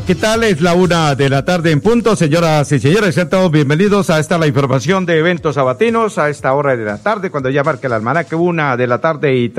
Hola, ¿qué tal? Es la 1:00 en punto, señoras y señores, sean todos bienvenidos a esta la información de eventos sabatinos, a esta hora de la tarde, cuando ya marca el almanaque 1:00 y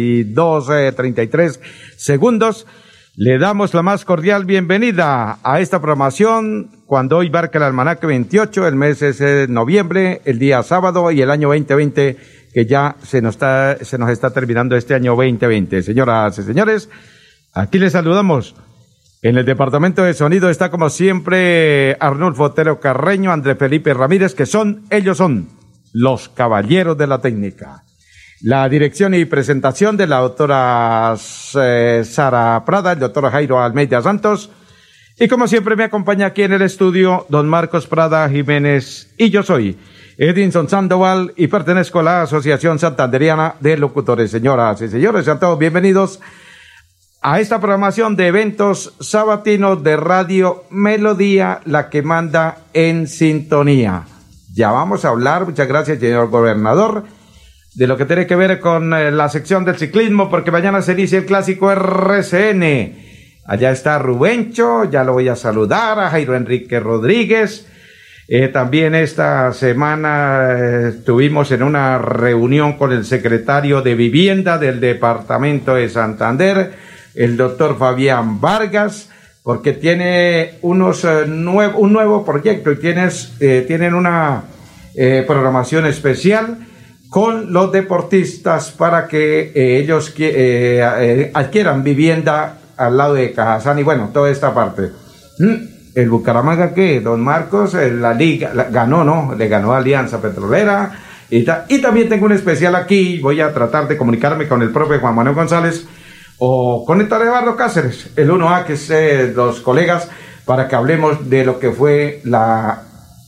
33 segundos. Le damos la más cordial bienvenida a esta programación, cuando hoy marca el almanaque 28, el mes es noviembre, el día sábado y el año 2020, que ya se nos está terminando este año 2020. Señoras y señores, aquí les saludamos. En el departamento de sonido está como siempre Arnulfo Otero Carreño, Andrés Felipe Ramírez, ellos son los caballeros de la técnica. La dirección y presentación de la doctora Sara Prada, el doctor Jairo Almeida Santos, y como siempre me acompaña aquí en el estudio don Marcos Prada Jiménez, y yo soy Edinson Sandoval y pertenezco a la Asociación Santanderiana de Locutores. Señoras y señores, sean todos bienvenidos a esta programación de eventos sabatinos de Radio Melodía, la que manda en sintonía. Ya vamos a hablar, muchas gracias señor gobernador, de lo que tiene que ver con la sección del ciclismo, porque mañana se inicia el clásico RCN. Allá está Rubencho, ya lo voy a saludar, a Jairo Enrique Rodríguez. También esta semana estuvimos en una reunión con el secretario de Vivienda del departamento de Santander, el doctor Fabián Vargas, porque tiene un nuevo proyecto y tienen una programación especial con los deportistas para que ellos adquieran vivienda al lado de Cajazán y bueno, toda esta parte. El Bucaramanga, ¿qué? Don Marcos, la liga, ganó, ¿no? Le ganó a Alianza Petrolera y también tengo un especial aquí, voy a tratar de comunicarme con el profe Juan Manuel González o con Héctor Eduardo Cáceres, el 1A, que es los colegas, para que hablemos de lo que fue la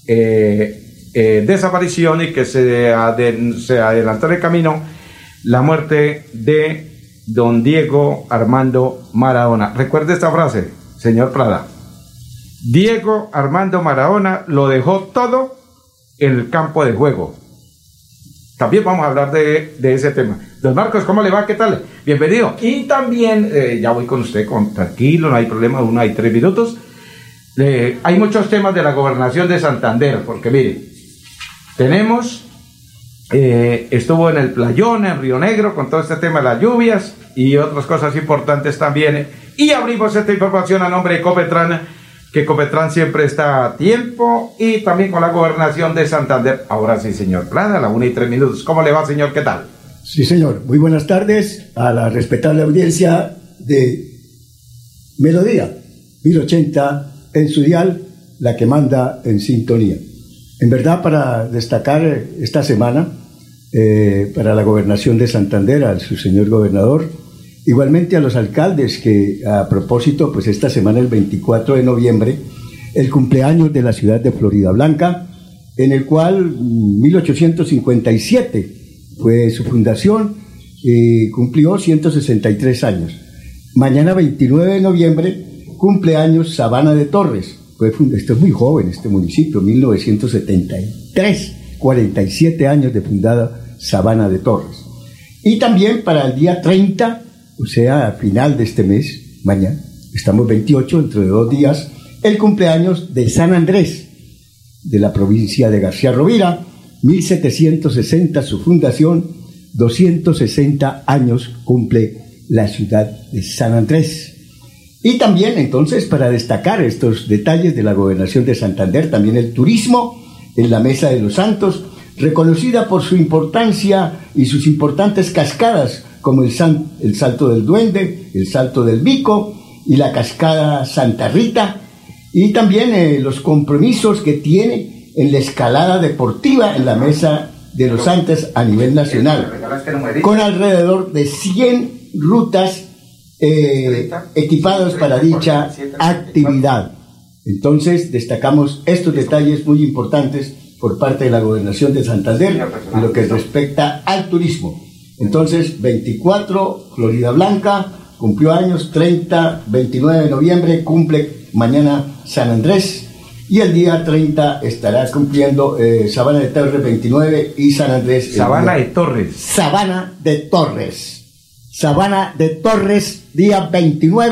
desaparición y que se adelantó en el camino la muerte de don Diego Armando Maradona. Recuerde esta frase, señor Prada. Diego Armando Maradona lo dejó todo en el campo de juego. También vamos a hablar de ese tema. Don Marcos, ¿cómo le va? ¿Qué tal? Bienvenido. Y también, ya voy con usted, tranquilo, no hay problema, hay 3 minutos. Hay muchos temas de la gobernación de Santander, porque mire, tenemos, estuvo en el Playón, en Río Negro, con todo este tema de las lluvias y otras cosas importantes también. Y abrimos esta información a nombre de Copetran, que Copetran siempre está a tiempo, y también con la gobernación de Santander. Ahora sí, señor Prada, a la 1:03. ¿Cómo le va, señor? ¿Qué tal? Sí, señor. Muy buenas tardes a la respetable audiencia de Melodía 1080 en su dial, la que manda en sintonía. En verdad, para destacar esta semana, para la gobernación de Santander, a su señor gobernador, igualmente a los alcaldes que, a propósito, pues esta semana, el 24 de noviembre, el cumpleaños de la ciudad de Floridablanca, en el cual 1857 fue su fundación, cumplió 163 años. Mañana, 29 de noviembre, cumpleaños Sabana de Torres. Esto es muy joven, este municipio, 1973, 47 años de fundada Sabana de Torres. Y también para el día 30, o sea, a final de este mes, mañana, estamos 28, dentro de 2 días, el cumpleaños de San Andrés, de la provincia de García Rovira, 1760 su fundación, 260 años cumple la ciudad de San Andrés. Y también, entonces, para destacar estos detalles de la gobernación de Santander, también el turismo en la Mesa de los Santos, reconocida por su importancia y sus importantes cascadas, como el Salto del Duende, el Salto del Bico y la Cascada Santa Rita, y también los compromisos que tiene en la escalada deportiva en la Mesa de los Santos a nivel nacional, con alrededor de 100 rutas equipadas para dicha actividad. Entonces, destacamos estos detalles muy importantes por parte de la gobernación de Santander en lo que respecta al turismo. Entonces, 24, Floridablanca, cumplió años, 30, 29 de noviembre, cumple mañana San Andrés, y el día 30 estará cumpliendo Sabana de Torres 29 y San Andrés. Sabana de Torres. Sabana de Torres. Sabana de Torres, día 29,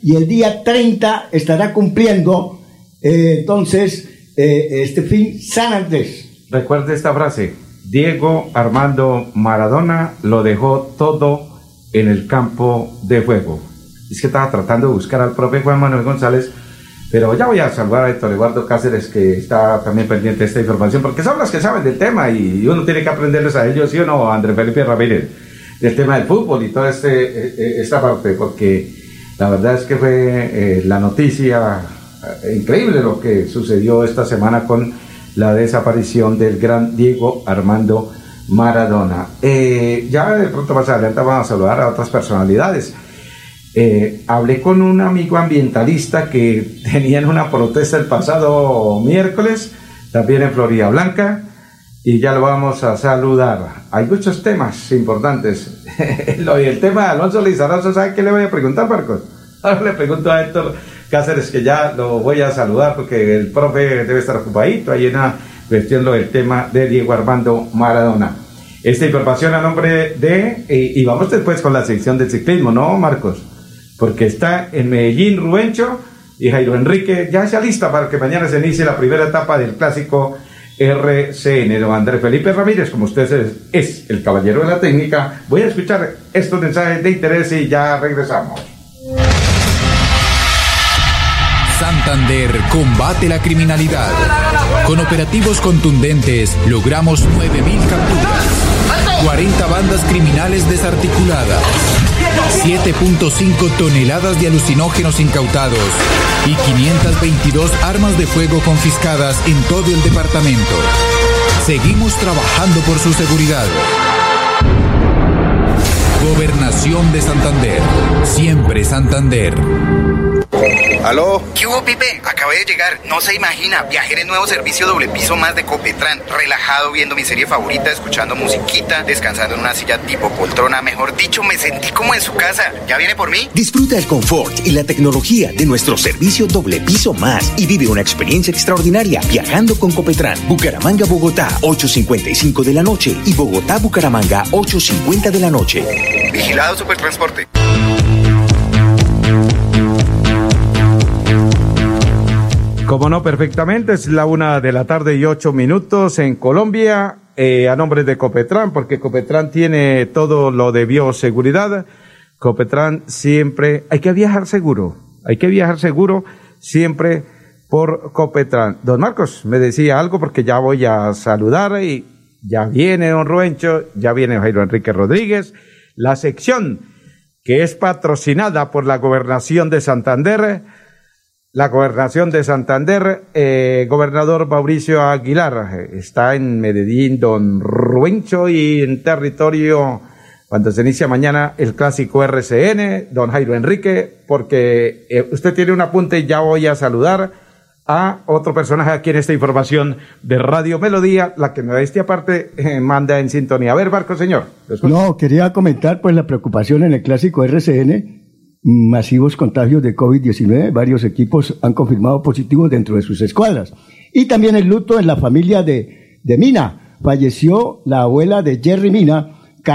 y el día 30 estará cumpliendo entonces este fin San Andrés. Recuerde esta frase: Diego Armando Maradona lo dejó todo en el campo de juego. Es que estaba tratando de buscar al profe Juan Manuel González, pero ya voy a saludar a Héctor Eduardo Cáceres, que está también pendiente de esta información, porque son los que saben del tema y uno tiene que aprenderles a ellos, ¿sí o no, Andrés Felipe Ramírez? Del tema del fútbol y toda esta parte, porque la verdad es que fue la noticia increíble lo que sucedió esta semana con la desaparición del gran Diego Armando Maradona. Ya de pronto más adelante vamos a saludar a otras personalidades. Hablé con un amigo ambientalista que tenían una protesta el pasado miércoles, también en Florida Blanca, y ya lo vamos a saludar. Hay muchos temas importantes. El tema de Alonso Lizarazo, ¿sabe qué le voy a preguntar, Marcos? Ahora le pregunto a Héctor Cáceres, que ya lo voy a saludar porque el profe debe estar ocupadito ahí en la cuestión, lo del tema de Diego Armando Maradona. Esta información a nombre de... y vamos después con la sección de ciclismo, ¿no, Marcos? Porque está en Medellín Rubencho y Jairo Enrique ya se alista para que mañana se inicie la primera etapa del clásico RCN. Don Andrés Felipe Ramírez, como usted es el caballero de la técnica, voy a escuchar estos mensajes de interés y ya regresamos. Santander combate la criminalidad. Con operativos contundentes logramos 9.000 capturas, 40 bandas criminales desarticuladas, 7.5 toneladas de alucinógenos incautados y 522 armas de fuego confiscadas en todo el departamento. Seguimos trabajando por su seguridad. Gobernación de Santander. Siempre Santander. ¿Aló? ¿Qué hubo, Pipe? Acabé de llegar. No se imagina. Viajé en el nuevo servicio doble piso más de Copetran. Relajado viendo mi serie favorita, escuchando musiquita, descansando en una silla tipo poltrona. Mejor dicho, me sentí como en su casa. ¿Ya viene por mí? Disfruta el confort y la tecnología de nuestro servicio doble piso más y vive una experiencia extraordinaria viajando con Copetran. Bucaramanga, Bogotá, 8:55 de la noche y Bogotá, Bucaramanga, 8:50 de la noche. Vigilado Supertransporte. Como no, perfectamente, es la 1:08 en Colombia, a nombre de Copetran, porque Copetran tiene todo lo de bioseguridad. Copetran siempre, hay que viajar seguro siempre por Copetran. Don Marcos me decía algo porque ya voy a saludar y ya viene don Rubencho, ya viene Jairo Enrique Rodríguez, la sección que es patrocinada por la Gobernación de Santander. La Gobernación de Santander, gobernador Mauricio Aguilar, está en Medellín, don Rubencho, y en territorio, cuando se inicia mañana el clásico RCN, don Jairo Enrique, porque usted tiene un apunte y ya voy a saludar a otro personaje aquí en esta información de Radio Melodía, la que me da este aparte, manda en sintonía. A ver, Marco, señor. No, quería comentar pues la preocupación en el clásico RCN. Masivos contagios de COVID-19, varios equipos han confirmado positivos dentro de sus escuadras. Y también el luto en la familia de Mina. Falleció la abuela de Jerry Mina,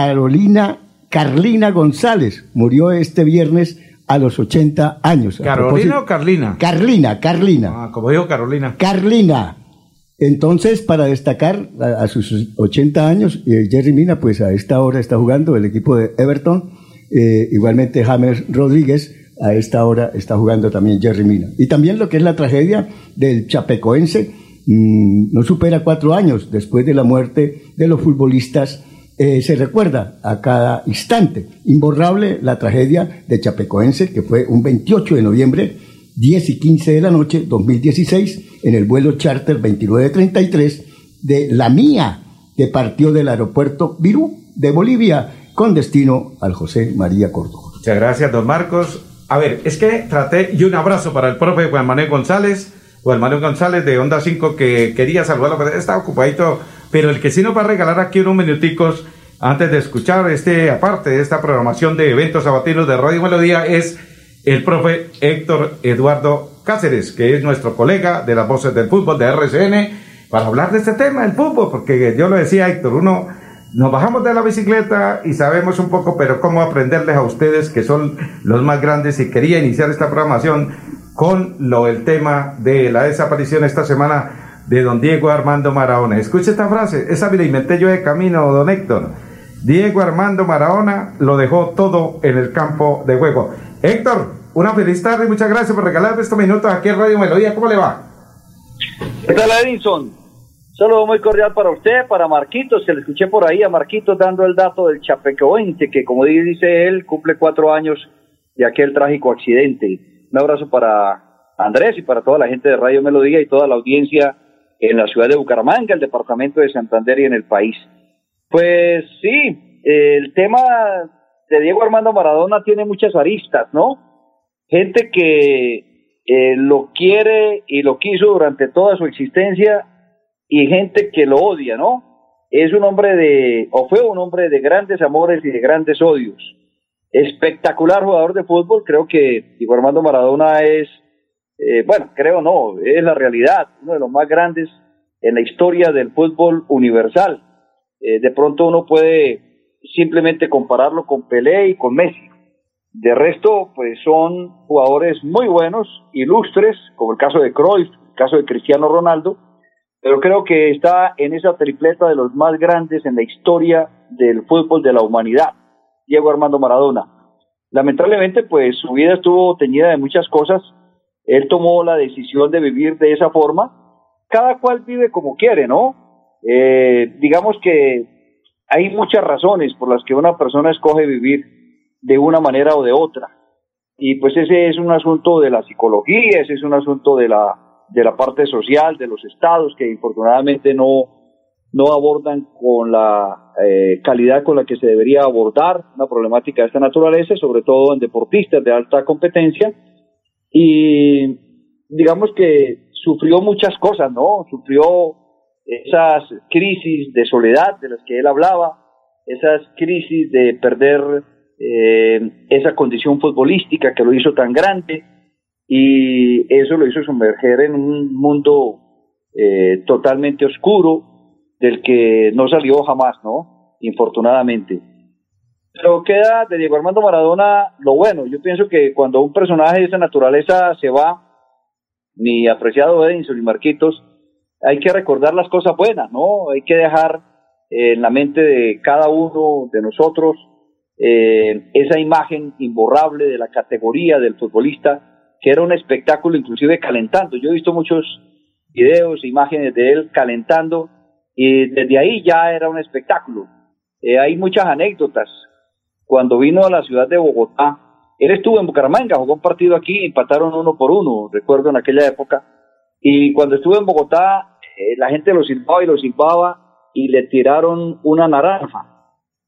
Carlina González. Murió este viernes a los 80 años. ¿Carolina o Carlina? Carlina. Ah, como dijo Carolina. Carlina. Entonces, para destacar a sus 80 años, Jerry Mina, pues a esta hora está jugando el equipo de Everton. Igualmente James Rodríguez, a esta hora está jugando también Jerry Mina. Y también lo que es la tragedia del chapecoense, no supera 4 años después de la muerte de los futbolistas, se recuerda a cada instante. Imborrable la tragedia de Chapecoense, que fue un 28 de noviembre, 10:15 de la noche, 2016, en el vuelo charter 2933 de La Mía, que partió del aeropuerto Virú de Bolivia, con destino al José María Córdoba. Muchas gracias, don Marcos. A ver, es que traté, y un abrazo para el profe Juan Manuel González de Onda 5, que quería saludarlo, pero está ocupadito, pero el que sí nos va a regalar aquí unos minuticos antes de escuchar aparte de esta programación de eventos sabatinos de Radio Melodía, es el profe Héctor Eduardo Cáceres, que es nuestro colega de las voces del fútbol de RCN, para hablar de este tema del fútbol, porque yo lo decía, Héctor, uno nos bajamos de la bicicleta y sabemos un poco, pero cómo aprenderles a ustedes que son los más grandes, y quería iniciar esta programación con el tema de la desaparición esta semana de don Diego Armando Maradona. Escuche esta frase, esa me la inventé yo de camino, don Héctor. Diego Armando Maradona lo dejó todo en el campo de juego. Héctor, una feliz tarde y muchas gracias por regalarme estos minutos aquí en Radio Melodía. ¿Cómo le va? ¿Qué tal, Edinson? Saludo muy cordial para usted, para Marquitos, que le escuché por ahí a Marquitos dando el dato del Chapecoense, que como dice él, cumple 4 años de aquel trágico accidente. Un abrazo para Andrés y para toda la gente de Radio Melodía y toda la audiencia en la ciudad de Bucaramanga, el departamento de Santander y en el país. Pues sí, el tema de Diego Armando Maradona tiene muchas aristas, ¿no? Gente que lo quiere y lo quiso durante toda su existencia, y gente que lo odia, ¿no? Es un hombre fue un hombre de grandes amores y de grandes odios. Espectacular jugador de fútbol. Creo que Diego Armando Maradona es, es la realidad, uno de los más grandes en la historia del fútbol universal. De pronto uno puede simplemente compararlo con Pelé y con Messi. De resto, pues son jugadores muy buenos, ilustres, como el caso de Cruyff, el caso de Cristiano Ronaldo, pero creo que está en esa tripleta de los más grandes en la historia del fútbol de la humanidad, Diego Armando Maradona. Lamentablemente, pues su vida estuvo teñida de muchas cosas. Él tomó la decisión de vivir de esa forma. Cada cual vive como quiere, ¿no? Digamos que hay muchas razones por las que una persona escoge vivir de una manera o de otra. Y pues ese es un asunto de la psicología, ese es un asunto de la parte social, de los estados, que infortunadamente no abordan con la calidad con la que se debería abordar una problemática de esta naturaleza, sobre todo en deportistas de alta competencia. Y digamos que sufrió muchas cosas, ¿no? Sufrió esas crisis de soledad de las que él hablaba, esas crisis de perder esa condición futbolística que lo hizo tan grande, y eso lo hizo sumerger en un mundo totalmente oscuro del que no salió jamás, ¿no? Infortunadamente. Pero queda de Diego Armando Maradona lo bueno. Yo pienso que cuando un personaje de esa naturaleza se va, mi apreciado Edinson y Marquitos, hay que recordar las cosas buenas, ¿no? Hay que dejar en la mente de cada uno de nosotros esa imagen imborrable de la categoría del futbolista, que era un espectáculo inclusive calentando. Yo he visto muchos videos, imágenes de él calentando, y desde ahí ya era un espectáculo. Hay muchas anécdotas. Cuando vino a la ciudad de Bogotá, él estuvo en Bucaramanga, jugó un partido aquí, empataron 1-1, recuerdo en aquella época, y cuando estuvo en Bogotá, la gente lo silbaba y le tiraron una naranja.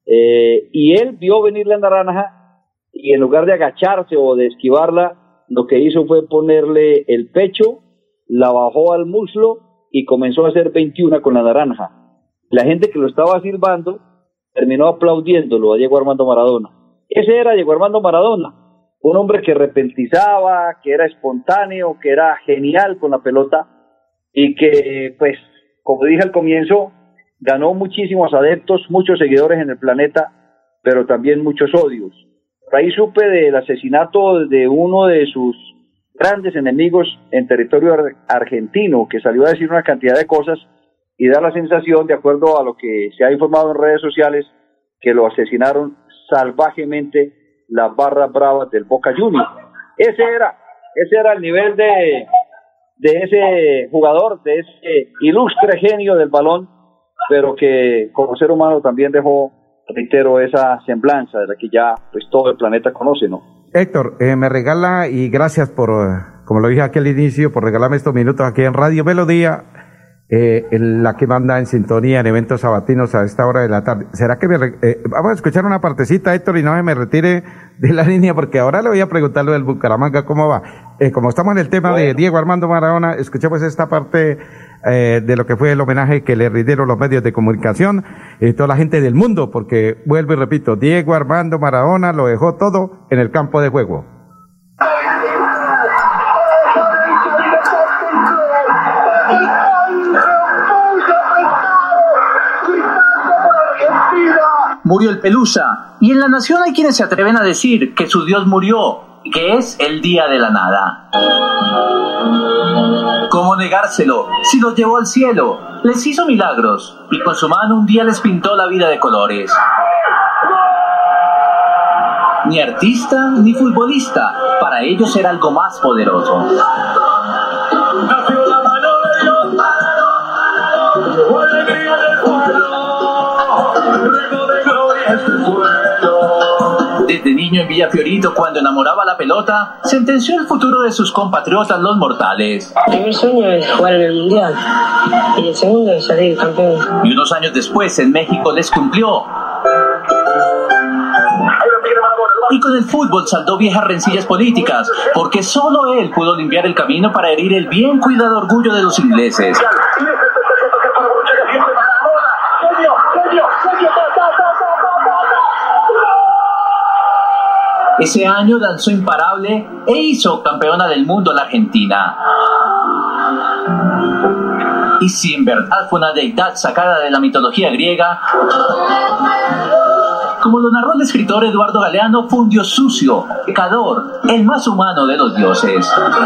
Y él vio venir la naranja, y en lugar de agacharse o de esquivarla, lo que hizo fue ponerle el pecho, la bajó al muslo y comenzó a hacer 21 con la naranja. La gente que lo estaba silbando terminó aplaudiéndolo a Diego Armando Maradona. Ese era Diego Armando Maradona, un hombre que repentizaba, que era espontáneo, que era genial con la pelota, y que, pues, como dije al comienzo, ganó muchísimos adeptos, muchos seguidores en el planeta, pero también muchos odios. Por ahí supe del asesinato de uno de sus grandes enemigos en territorio argentino, que salió a decir una cantidad de cosas y da la sensación, de acuerdo a lo que se ha informado en redes sociales, que lo asesinaron salvajemente las barras bravas del Boca Juniors. Ese era el nivel de ese jugador, de ese ilustre genio del balón, pero que como ser humano también dejó, reitero, esa semblanza de la que ya pues todo el planeta conoce, ¿no? Héctor, me regala, y gracias por, como lo dije aquí al inicio, por regalarme estos minutos aquí en Radio Melodía, la que manda en sintonía en eventos sabatinos a esta hora de la tarde. ¿Será que vamos a escuchar una partecita, Héctor, y no se me retire de la línea, porque ahora le voy a preguntar lo del Bucaramanga, ¿cómo va? Como estamos en el tema de Diego Armando Maradona, escuchemos esta parte de lo que fue el homenaje que le rindieron los medios de comunicación y toda la gente del mundo, porque vuelvo y repito, Diego Armando Maradona lo dejó todo en el campo de juego. murió el Pelusa, y en la nación hay quienes se atreven a decir que su Dios murió, y que es el día de la nada. ¿Cómo negárselo si los llevó al cielo? Les hizo milagros, y con su mano un día les pintó la vida de colores. Ni artista ni futbolista, para ellos era algo más poderoso. Desde niño en Villafiorito, cuando enamoraba la pelota, sentenció el futuro de sus compatriotas los mortales. El primer sueño es jugar en el Mundial y el segundo es salir campeón. Y unos años después en México les cumplió. Y con el fútbol saldó viejas rencillas políticas, porque solo él pudo limpiar el camino para herir el bien cuidado orgullo de los ingleses. Ese año danzó imparable e hizo campeona del mundo a la Argentina. Y si en verdad fue una deidad sacada de la mitología griega, como lo narró el escritor Eduardo Galeano, fue un dios sucio, pecador, el más humano de los dioses.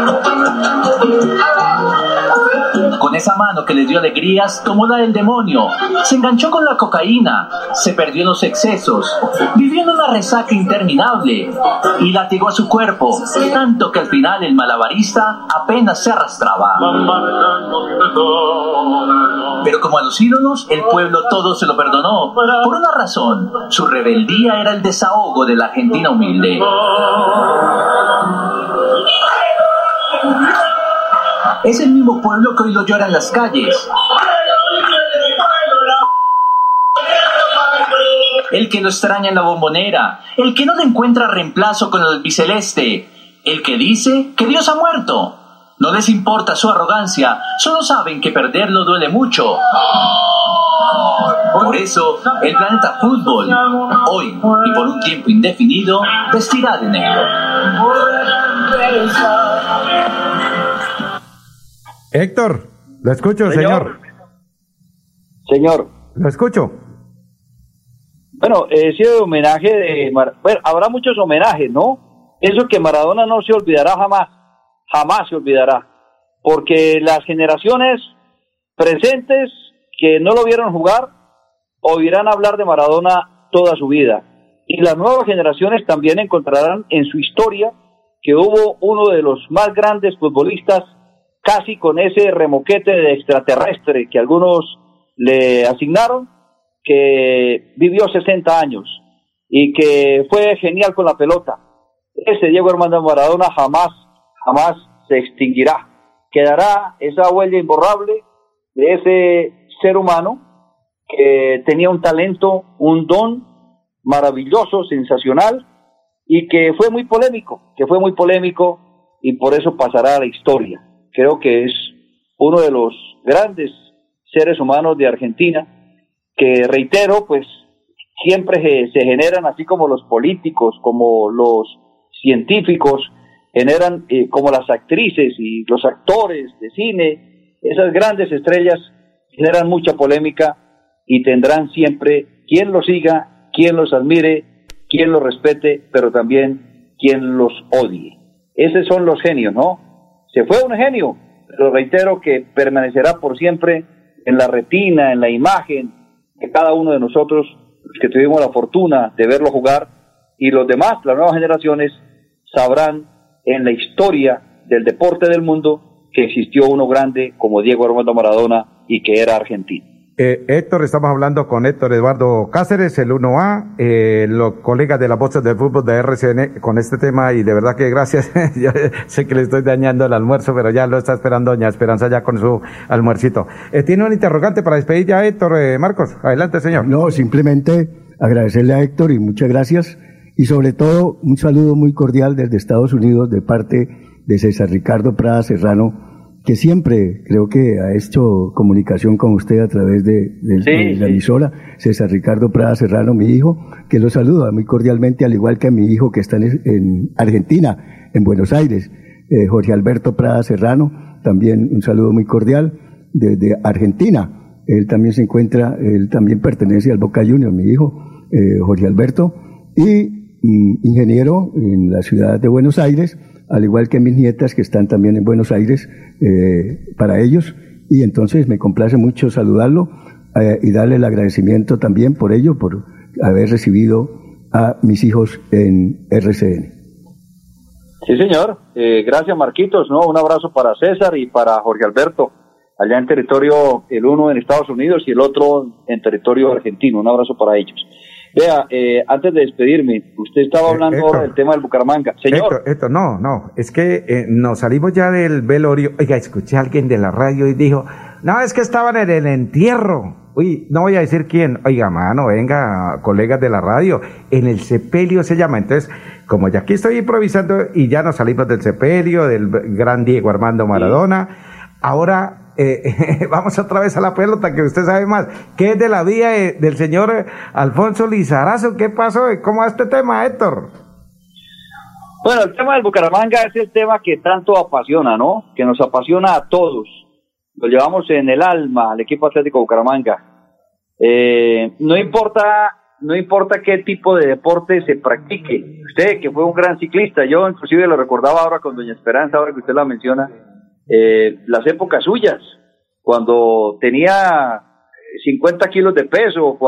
Con esa mano que les dio alegrías, tomó la del demonio, se enganchó con la cocaína, se perdió en los excesos, vivió en una resaca interminable y latigó a su cuerpo, tanto que al final el malabarista apenas se arrastraba. Pero como a los ídolos, el pueblo todo se lo perdonó, por una razón: su rebeldía era el desahogo de la Argentina humilde. Es el mismo pueblo que hoy lo llora en las calles. El que lo extraña en la Bombonera, el que no le encuentra reemplazo con el albiceleste, el que dice que Dios ha muerto. No les importa su arrogancia, solo saben que perderlo duele mucho. Por eso, el planeta fútbol, hoy y por un tiempo indefinido, vestirá de negro. Héctor, lo escucho, señor. Señor. Lo escucho. Bueno, ese homenaje de... Bueno, habrá muchos homenajes, ¿no? Eso que Maradona no se olvidará jamás. Jamás se olvidará. Porque las generaciones presentes que no lo vieron jugar oirán hablar de Maradona toda su vida. Y las nuevas generaciones también encontrarán en su historia que hubo uno de los más grandes futbolistas, casi con ese remoquete de extraterrestre que algunos le asignaron, que vivió 60 años y que fue genial con la pelota. Ese Diego Armando Maradona jamás se extinguirá. Quedará esa huella imborrable de ese ser humano que tenía un talento, un don maravilloso, sensacional, y que fue muy polémico y por eso pasará a la historia. Creo que es uno de los grandes seres humanos de Argentina, que reitero, pues siempre se generan, así como los políticos, como los científicos, generan como las actrices y los actores de cine, esas grandes estrellas generan mucha polémica y tendrán siempre quien los siga, quien los admire, quien los respete, pero también quien los odie. Esos son los genios, ¿no? Se fue un genio, pero reitero que permanecerá por siempre en la retina, en la imagen de cada uno de nosotros, los que tuvimos la fortuna de verlo jugar, y los demás, las nuevas generaciones, sabrán en la historia del deporte del mundo que existió uno grande como Diego Armando Maradona y que era argentino. Héctor, estamos hablando con Héctor Eduardo Cáceres, el 1A, los colegas de las voces del fútbol de RCN con este tema, y de verdad que gracias. Yo sé que le estoy dañando el almuerzo, pero ya lo está esperando doña Esperanza ya con su almuercito. ¿Tiene un interrogante para despedir ya, Héctor? Marcos, adelante, señor. No, simplemente agradecerle a Héctor y muchas gracias, y sobre todo un saludo muy cordial desde Estados Unidos de parte de César Ricardo Prada Serrano, que siempre creo que ha hecho comunicación con usted a través de la emisora. César Ricardo Prada Serrano, mi hijo, que lo saluda muy cordialmente, al igual que a mi hijo que está en Argentina, en Buenos Aires, Jorge Alberto Prada Serrano, también un saludo muy cordial desde Argentina. Él también pertenece al Boca Juniors, mi hijo, Jorge Alberto, y ingeniero en la ciudad de Buenos Aires, al igual que mis nietas que están también en Buenos Aires, para ellos, y entonces me complace mucho saludarlo y darle el agradecimiento también por ello, por haber recibido a mis hijos en RCN. Sí, señor. Gracias, Marquitos, ¿no? Un abrazo para César y para Jorge Alberto, allá en territorio, el uno en Estados Unidos y el otro en territorio argentino. Un abrazo para ellos. Vea, antes de despedirme, usted estaba hablando ahora del tema del Bucaramanga. Señor. Héctor, no, es que nos salimos ya del velorio. Oiga, escuché a alguien de la radio y dijo, no, es que estaban en el entierro. Uy, no voy a decir quién. Oiga, mano, venga, colegas de la radio, en el sepelio se llama. Entonces, como ya aquí estoy improvisando y ya nos salimos del sepelio, del gran Diego Armando Maradona, ahora vamos otra vez a la pelota, que usted sabe más. ¿Qué es de la vida del señor Alfonso Lizarazo? ¿Qué pasó? ¿Cómo va este tema, Héctor? Bueno, el tema del Bucaramanga es el tema que tanto apasiona, ¿no? Que nos apasiona a todos. Lo llevamos en el alma al equipo Atlético Bucaramanga. No importa qué tipo de deporte se practique. Usted, que fue un gran ciclista, yo inclusive lo recordaba ahora con doña Esperanza, ahora que usted la menciona, las épocas suyas, cuando tenía 50 kilos de peso,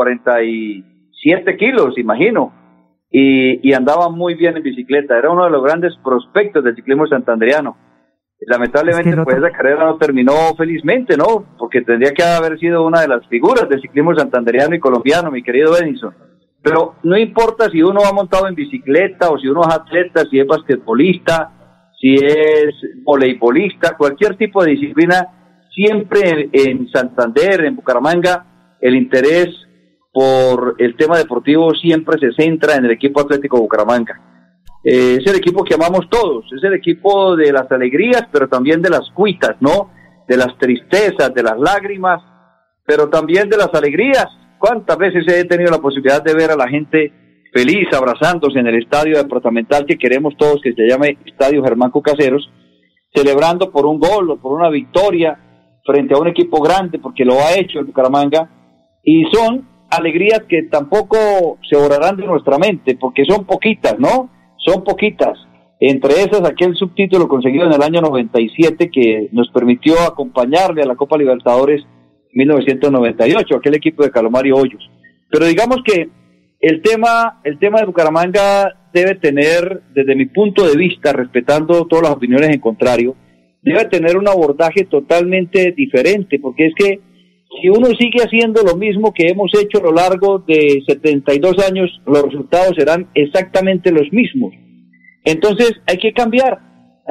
47 kilos, imagino, y andaba muy bien en bicicleta. Era uno de los grandes prospectos del ciclismo santandereano. Lamentablemente, pues esa carrera no terminó felizmente, ¿no? Porque tendría que haber sido una de las figuras del ciclismo santandereano y colombiano, mi querido Edison. Pero no importa si uno va montado en bicicleta, o si uno es atleta, si es basquetbolista, si es voleibolista, cualquier tipo de disciplina, siempre en Santander, en Bucaramanga, el interés por el tema deportivo siempre se centra en el equipo Atlético Bucaramanga. Es el equipo que amamos todos, es el equipo de las alegrías, pero también de las cuitas, ¿no? De las tristezas, de las lágrimas, pero también de las alegrías. ¿Cuántas veces he tenido la posibilidad de ver a la gente feliz abrazándose en el estadio departamental que queremos todos, que se llame Estadio Germán Cucaseros, celebrando por un gol o por una victoria frente a un equipo grande, porque lo ha hecho el Bucaramanga, y son alegrías que tampoco se borrarán de nuestra mente, porque son poquitas, ¿no? Son poquitas. Entre esas, aquel subtítulo conseguido en el año 97 que nos permitió acompañarle a la Copa Libertadores 1998, aquel equipo de Calomario Hoyos. Pero digamos que el tema de Bucaramanga debe tener, desde mi punto de vista, respetando todas las opiniones en contrario, debe tener un abordaje totalmente diferente, porque es que si uno sigue haciendo lo mismo que hemos hecho a lo largo de 72 años, los resultados serán exactamente los mismos. Entonces hay que cambiar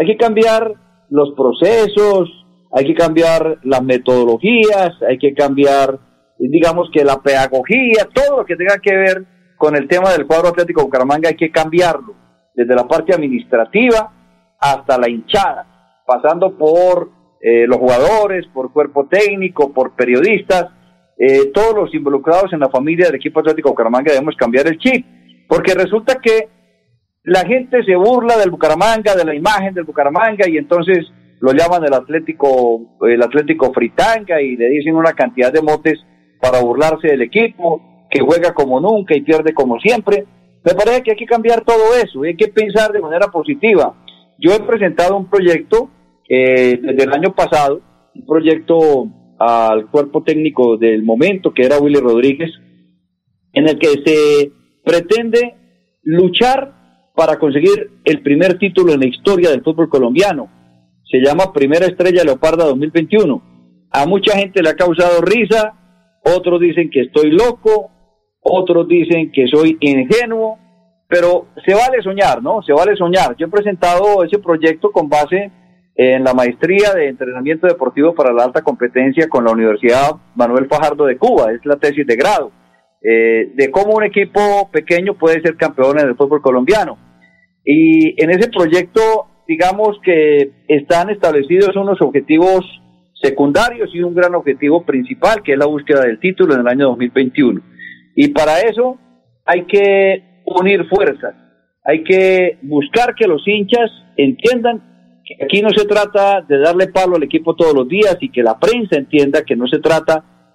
los procesos, hay que cambiar las metodologías, hay que cambiar, digamos que la pedagogía, todo lo que tenga que ver con el tema del cuadro Atlético Bucaramanga hay que cambiarlo, desde la parte administrativa hasta la hinchada, pasando por los jugadores, por cuerpo técnico, por periodistas, todos los involucrados en la familia del equipo Atlético Bucaramanga debemos cambiar el chip, porque resulta que la gente se burla del Bucaramanga, de la imagen del Bucaramanga, y entonces lo llaman el Atlético Fritanga, y le dicen una cantidad de motes para burlarse del equipo, que juega como nunca y pierde como siempre. Me parece que hay que cambiar todo eso, y hay que pensar de manera positiva. Yo he presentado un proyecto desde el año pasado, un proyecto al cuerpo técnico del momento, que era Willy Rodríguez, en el que se pretende luchar para conseguir el primer título en la historia del fútbol colombiano. Se llama Primera Estrella Leoparda 2021. A mucha gente le ha causado risa, otros dicen que estoy loco, otros dicen que soy ingenuo, pero se vale soñar, ¿no? Se vale soñar. Yo he presentado ese proyecto con base en la maestría de entrenamiento deportivo para la alta competencia con la Universidad Manuel Fajardo de Cuba, es la tesis de grado, de cómo un equipo pequeño puede ser campeón en el fútbol colombiano. Y en ese proyecto, digamos que están establecidos unos objetivos secundarios y un gran objetivo principal, que es la búsqueda del título en el año 2021. Y para eso hay que unir fuerzas, hay que buscar que los hinchas entiendan Aquí no se trata de darle palo al equipo todos los días y que la prensa entienda que no se trata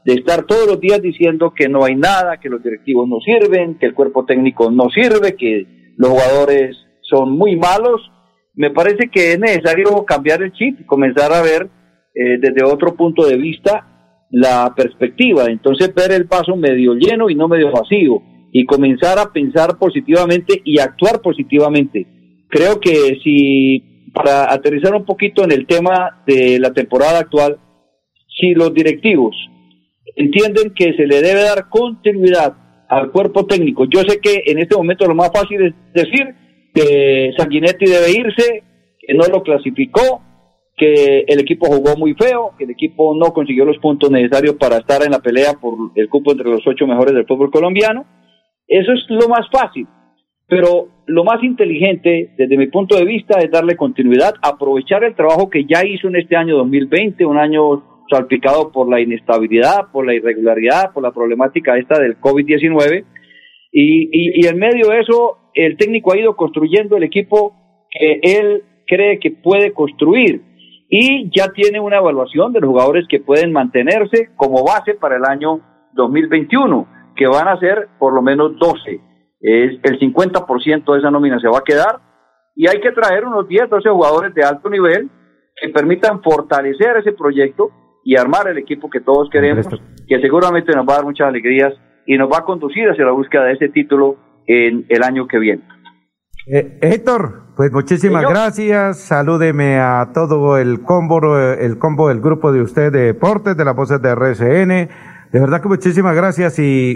de estar todos los días diciendo que no hay nada, que los directivos no sirven, que el cuerpo técnico no sirve, que los jugadores son muy malos. Me parece que es necesario cambiar el chip y comenzar a ver desde otro punto de vista la perspectiva, entonces ver el vaso medio lleno y no medio vacío, y comenzar a pensar positivamente y actuar positivamente. Creo que si, para aterrizar un poquito en el tema de la temporada actual, si los directivos entienden que se le debe dar continuidad al cuerpo técnico, yo sé que en este momento lo más fácil es decir que Sanguinetti debe irse, que no lo clasificó, que el equipo jugó muy feo, que el equipo no consiguió los puntos necesarios para estar en la pelea por el cupo entre los 8 mejores del fútbol colombiano. Eso es lo más fácil, pero lo más inteligente desde mi punto de vista es darle continuidad, aprovechar el trabajo que ya hizo en este año 2020, un año salpicado por la inestabilidad, por la irregularidad, por la problemática esta del COVID-19, y en medio de eso el técnico ha ido construyendo el equipo que él cree que puede construir, y ya tiene una evaluación de los jugadores que pueden mantenerse como base para el año 2021, que van a ser por lo menos 12. El 50% de esa nómina se va a quedar, y hay que traer unos 10, 12 jugadores de alto nivel que permitan fortalecer ese proyecto y armar el equipo que todos queremos, que seguramente nos va a dar muchas alegrías y nos va a conducir hacia la búsqueda de ese título en el año que viene. Héctor, pues muchísimas gracias, salúdeme a todo el combo del grupo de usted de deportes, de las voces de RCN, de verdad que muchísimas gracias, y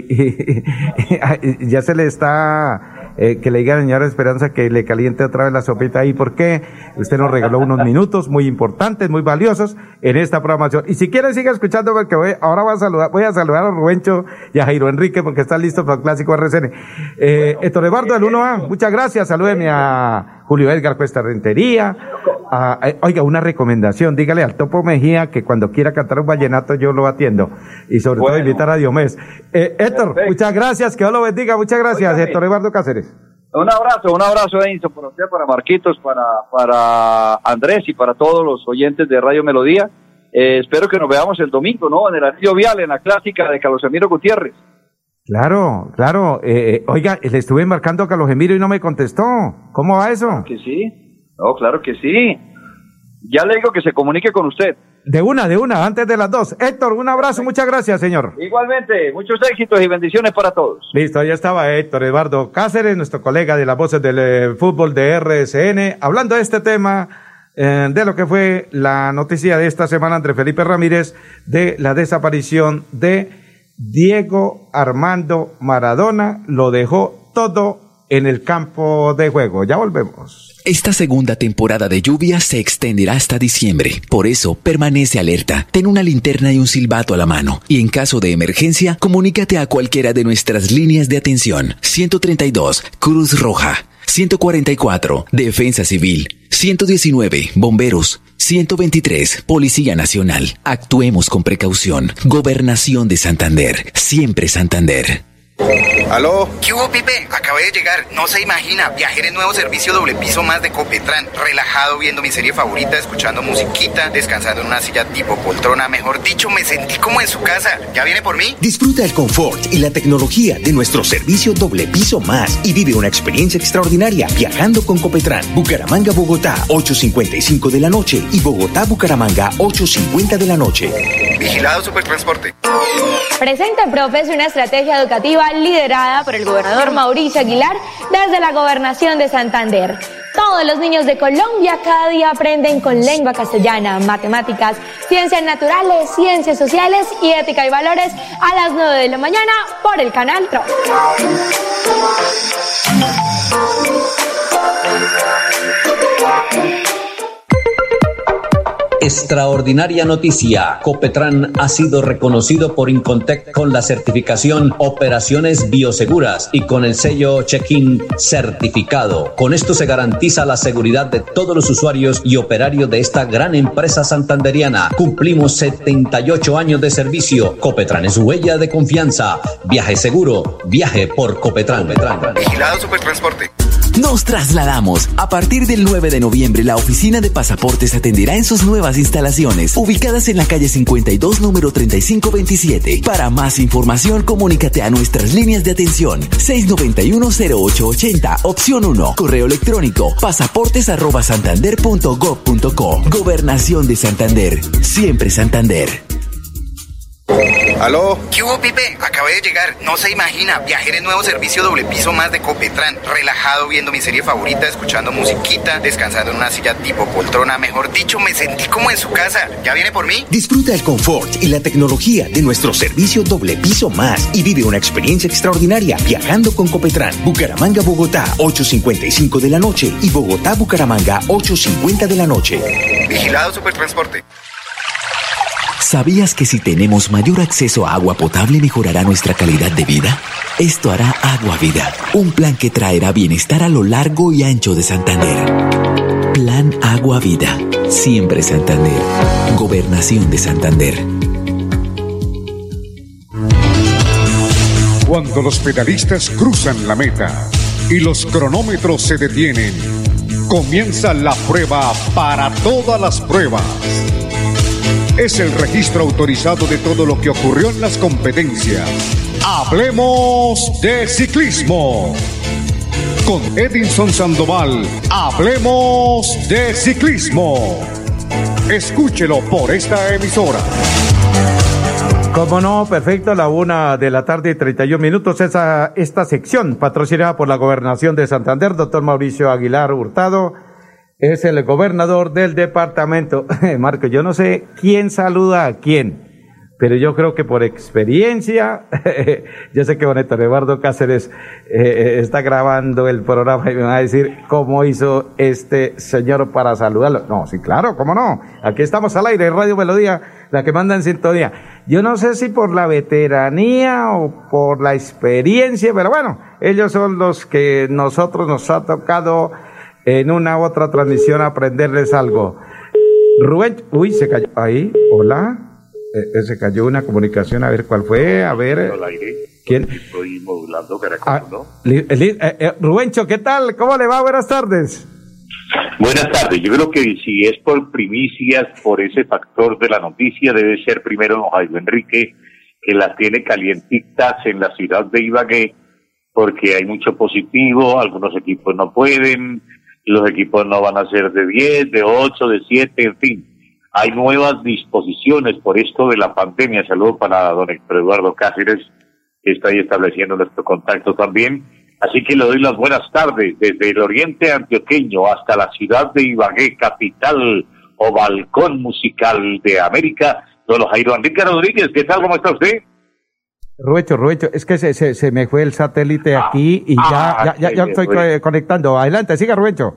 ya se le está, que le diga a la señora Esperanza que le caliente otra vez la sopita ahí, porque usted nos regaló unos minutos muy importantes, muy valiosos en esta programación. Y si quiere siga escuchando, porque ahora voy a saludar a Rubencho y a Jairo Enrique, porque están listos para el clásico RCN. Héctor Eduardo del 1A, muchas gracias, salúdeme a Julio Edgar Cuesta Rentería. Oiga, una recomendación, dígale al Topo Mejía que cuando quiera cantar un vallenato yo lo atiendo, y sobre todo invitar a Diomedes. Héctor, perfecto. Muchas gracias, que Dios lo bendiga, muchas gracias. Oiga, Héctor Eduardo Cáceres. Un abrazo Edison, para usted, para Marquitos, para Andrés y para todos los oyentes de Radio Melodía. Espero que nos veamos el domingo, ¿no? En el anillo vial, en la clásica de Carlos Emiro Gutiérrez. Claro. Oiga, le estuve marcando a Carlos Emiro y no me contestó. ¿Cómo va eso? Que sí. No, claro que sí. Ya le digo que se comunique con usted. De una, antes de las 2. Héctor, un abrazo, muchas gracias, señor. Igualmente, muchos éxitos y bendiciones para todos. Listo, ya estaba Héctor Eduardo Cáceres, nuestro colega de las voces del fútbol de RCN, hablando de este tema, de lo que fue la noticia de esta semana entre Felipe Ramírez, de la desaparición de Diego Armando Maradona. Lo dejó todo en el campo de juego. Ya volvemos. Esta segunda temporada de lluvia se extenderá hasta diciembre. Por eso, permanece alerta. Ten una linterna y un silbato a la mano. Y en caso de emergencia, comunícate a cualquiera de nuestras líneas de atención. 132, Cruz Roja. 144, Defensa Civil. 119, Bomberos. 123, Policía Nacional. Actuemos con precaución. Gobernación de Santander. Siempre Santander. ¿Aló? ¿Qué hubo, Pipe? Acabé de llegar. No se imagina. Viajé en nuevo servicio doble piso más de Copetran. Relajado viendo mi serie favorita, escuchando musiquita, descansando en una silla tipo poltrona. Mejor dicho, me sentí como en su casa. ¿Ya viene por mí? Disfruta el confort y la tecnología de nuestro servicio doble piso más y vive una experiencia extraordinaria viajando con Copetran. Bucaramanga, Bogotá, 8:55 de la noche y Bogotá, Bucaramanga, 8:50 de la noche. Vigilado Supertransporte. Presenta Profes, una estrategia educativa liderada por el gobernador Mauricio Aguilar desde la Gobernación de Santander. Todos los niños de Colombia cada día aprenden con lengua castellana, matemáticas, ciencias naturales, ciencias sociales y ética y valores a las 9 de la mañana por el canal TRO. Extraordinaria noticia. Copetran ha sido reconocido por Incontec con la certificación Operaciones Bioseguras y con el sello Check-in certificado. Con esto se garantiza la seguridad de todos los usuarios y operarios de esta gran empresa santanderiana. Cumplimos 78 años de servicio. Copetran es huella de confianza. Viaje seguro. Viaje por Copetran. Vigilado Supertransporte. Nos trasladamos. A partir del 9 de noviembre, la oficina de pasaportes atenderá en sus nuevas instalaciones, ubicadas en la calle 52, número 3527. Para más información, comunícate a nuestras líneas de atención. 691-0880, opción 1. Correo electrónico, pasaportes@santander.gov.co. Gobernación de Santander. Siempre Santander. ¿Aló? ¿Qué hubo, Pipe? Acabé de llegar. No se imagina. Viajé en el nuevo servicio doble piso más de Copetran. Relajado viendo mi serie favorita, escuchando musiquita, descansando en una silla tipo poltrona. Mejor dicho, me sentí como en su casa. ¿Ya viene por mí? Disfruta el confort y la tecnología de nuestro servicio doble piso más y vive una experiencia extraordinaria viajando con Copetran. Bucaramanga, Bogotá, 8:55 de la noche y Bogotá, Bucaramanga, 8:50 de la noche. Vigilado Supertransporte. ¿Sabías que si tenemos mayor acceso a agua potable mejorará nuestra calidad de vida? Esto hará Agua Vida, un plan que traerá bienestar a lo largo y ancho de Santander. Plan Agua Vida, siempre Santander. Gobernación de Santander. Cuando los pedalistas cruzan la meta y los cronómetros se detienen, comienza la prueba para todas las pruebas. Es el registro autorizado de todo lo que ocurrió en las competencias. Hablemos de ciclismo. Con Edinson Sandoval, hablemos de ciclismo. Escúchelo por esta emisora. Cómo no, perfecto, la 1:31 esta sección patrocinada por la Gobernación de Santander, doctor Mauricio Aguilar Hurtado. Es el gobernador del departamento. Marco, yo no sé quién saluda a quién, pero yo creo que por experiencia, yo sé que don Héctor Eduardo Cáceres está grabando el programa y me va a decir cómo hizo este señor para saludarlo. No, sí, claro, cómo no. Aquí estamos al aire, Radio Melodía, la que manda en sintonía. Yo no sé si por la veteranía o por la experiencia, pero bueno, ellos son los que nosotros nos ha tocado en una u otra transmisión aprenderles algo. Rubén, uy, se cayó ahí, hola, se cayó una comunicación, a ver cuál fue, a ver. ¿Quién? Estoy modulando Caracol, ¿no? Rubencho, ¿qué tal? ¿Cómo le va? Buenas tardes. Buenas tardes, yo creo que si es por primicias, por ese factor de la noticia, debe ser primero don Jairo Enrique, que las tiene calientitas en la ciudad de Ibagué, porque hay mucho positivo, algunos equipos no pueden, los equipos no van a ser de 10, de 8, de 7, en fin. Hay nuevas disposiciones por esto de la pandemia. Saludos para don Héctor Eduardo Cáceres, que está ahí estableciendo nuestro contacto también. Así que le doy las buenas tardes desde el oriente antioqueño hasta la ciudad de Ibagué, capital o balcón musical de América. Don Jairo Enrique Rodríguez, ¿qué tal? ¿Cómo está usted? Rubencho, es que se me fue el satélite aquí y ya estoy conectando. Adelante, siga, Rubencho.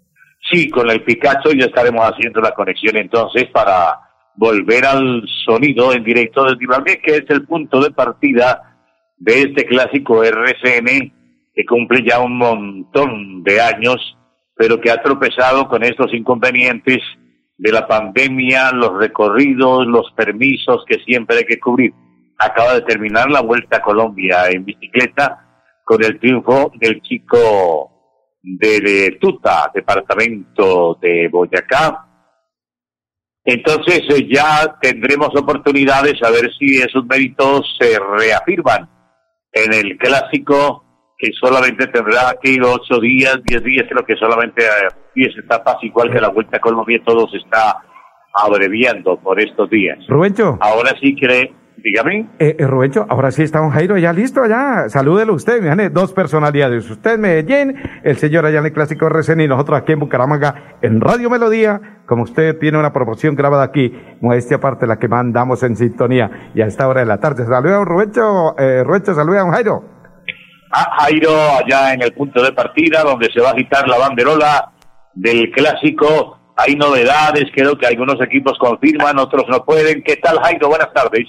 Sí, con el Picasso ya estaremos haciendo la conexión entonces para volver al sonido en directo desde Ibagué, que es el punto de partida de este clásico RCN que cumple ya un montón de años, pero que ha tropezado con estos inconvenientes de la pandemia, los recorridos, los permisos que siempre hay que cubrir. Acaba de terminar la Vuelta a Colombia en bicicleta con el triunfo del chico de Tuta, departamento de Boyacá. Entonces ya tendremos oportunidad de saber si esos méritos se reafirman en el clásico, que solamente tendrá aquí 8 días, 10 días, creo que solamente 10 etapas, igual que la Vuelta a Colombia, todo se está abreviando por estos días. Rubencho. Ahora sí dígame. Rubencho, ahora sí está don Jairo, ya listo, ya, salúdelo usted, miren, 2 personalidades, usted en Medellín, el señor allá en el Clásico RCN y nosotros aquí en Bucaramanga, en Radio Melodía, como usted tiene una promoción grabada aquí, modestia aparte la que mandamos en sintonía, y a esta hora de la tarde, saluda a don Rubencho, saluda a don Jairo. Jairo, allá en el punto de partida, donde se va a agitar la banderola del Clásico, hay novedades, creo que algunos equipos confirman, otros no pueden. ¿Qué tal, Jairo? Buenas tardes.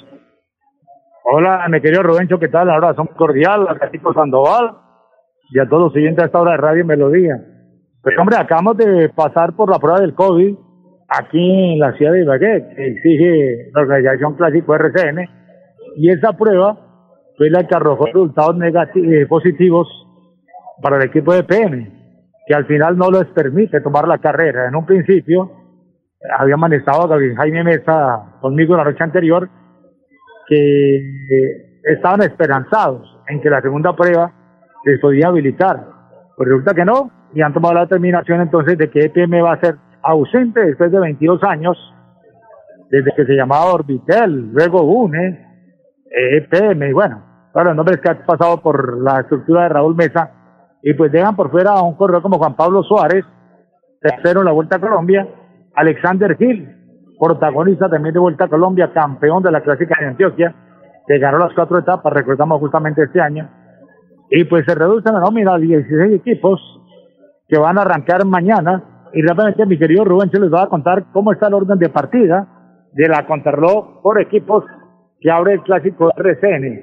Hola, mi querido Rubencho, ¿qué tal? Ahora son cordial, a Catico Sandoval y a todos los siguientes a esta hora de Radio Melodía. Pues hombre, acabamos de pasar por la prueba del COVID aquí en la ciudad de Ibagué, que exige la organización Clásico RCN, y esa prueba fue la que arrojó resultados positivos para el equipo de PM. que al final no les permite tomar la carrera. En un principio había manifestado Gabriel Jaime Mesa conmigo la noche anterior que estaban esperanzados en que la segunda prueba les podía habilitar. Pues resulta que no, y han tomado la determinación entonces de que EPM va a ser ausente después de 22 años, desde que se llamaba Orbitel, luego UNE, EPM, y bueno, todos los nombres que han pasado por la estructura de Raúl Mesa, y pues dejan por fuera a un corredor como Juan Pablo Suárez, tercero en la Vuelta a Colombia, Alexander Gil, protagonista también de Vuelta a Colombia, campeón de la Clásica de Antioquia, que ganó las 4 etapas, recordamos justamente este año, y pues se reduce la nómina a 16 equipos que van a arrancar mañana, y rápidamente mi querido Rubén se les va a contar cómo está el orden de partida de la contrarreloj por equipos que abre el Clásico RCN,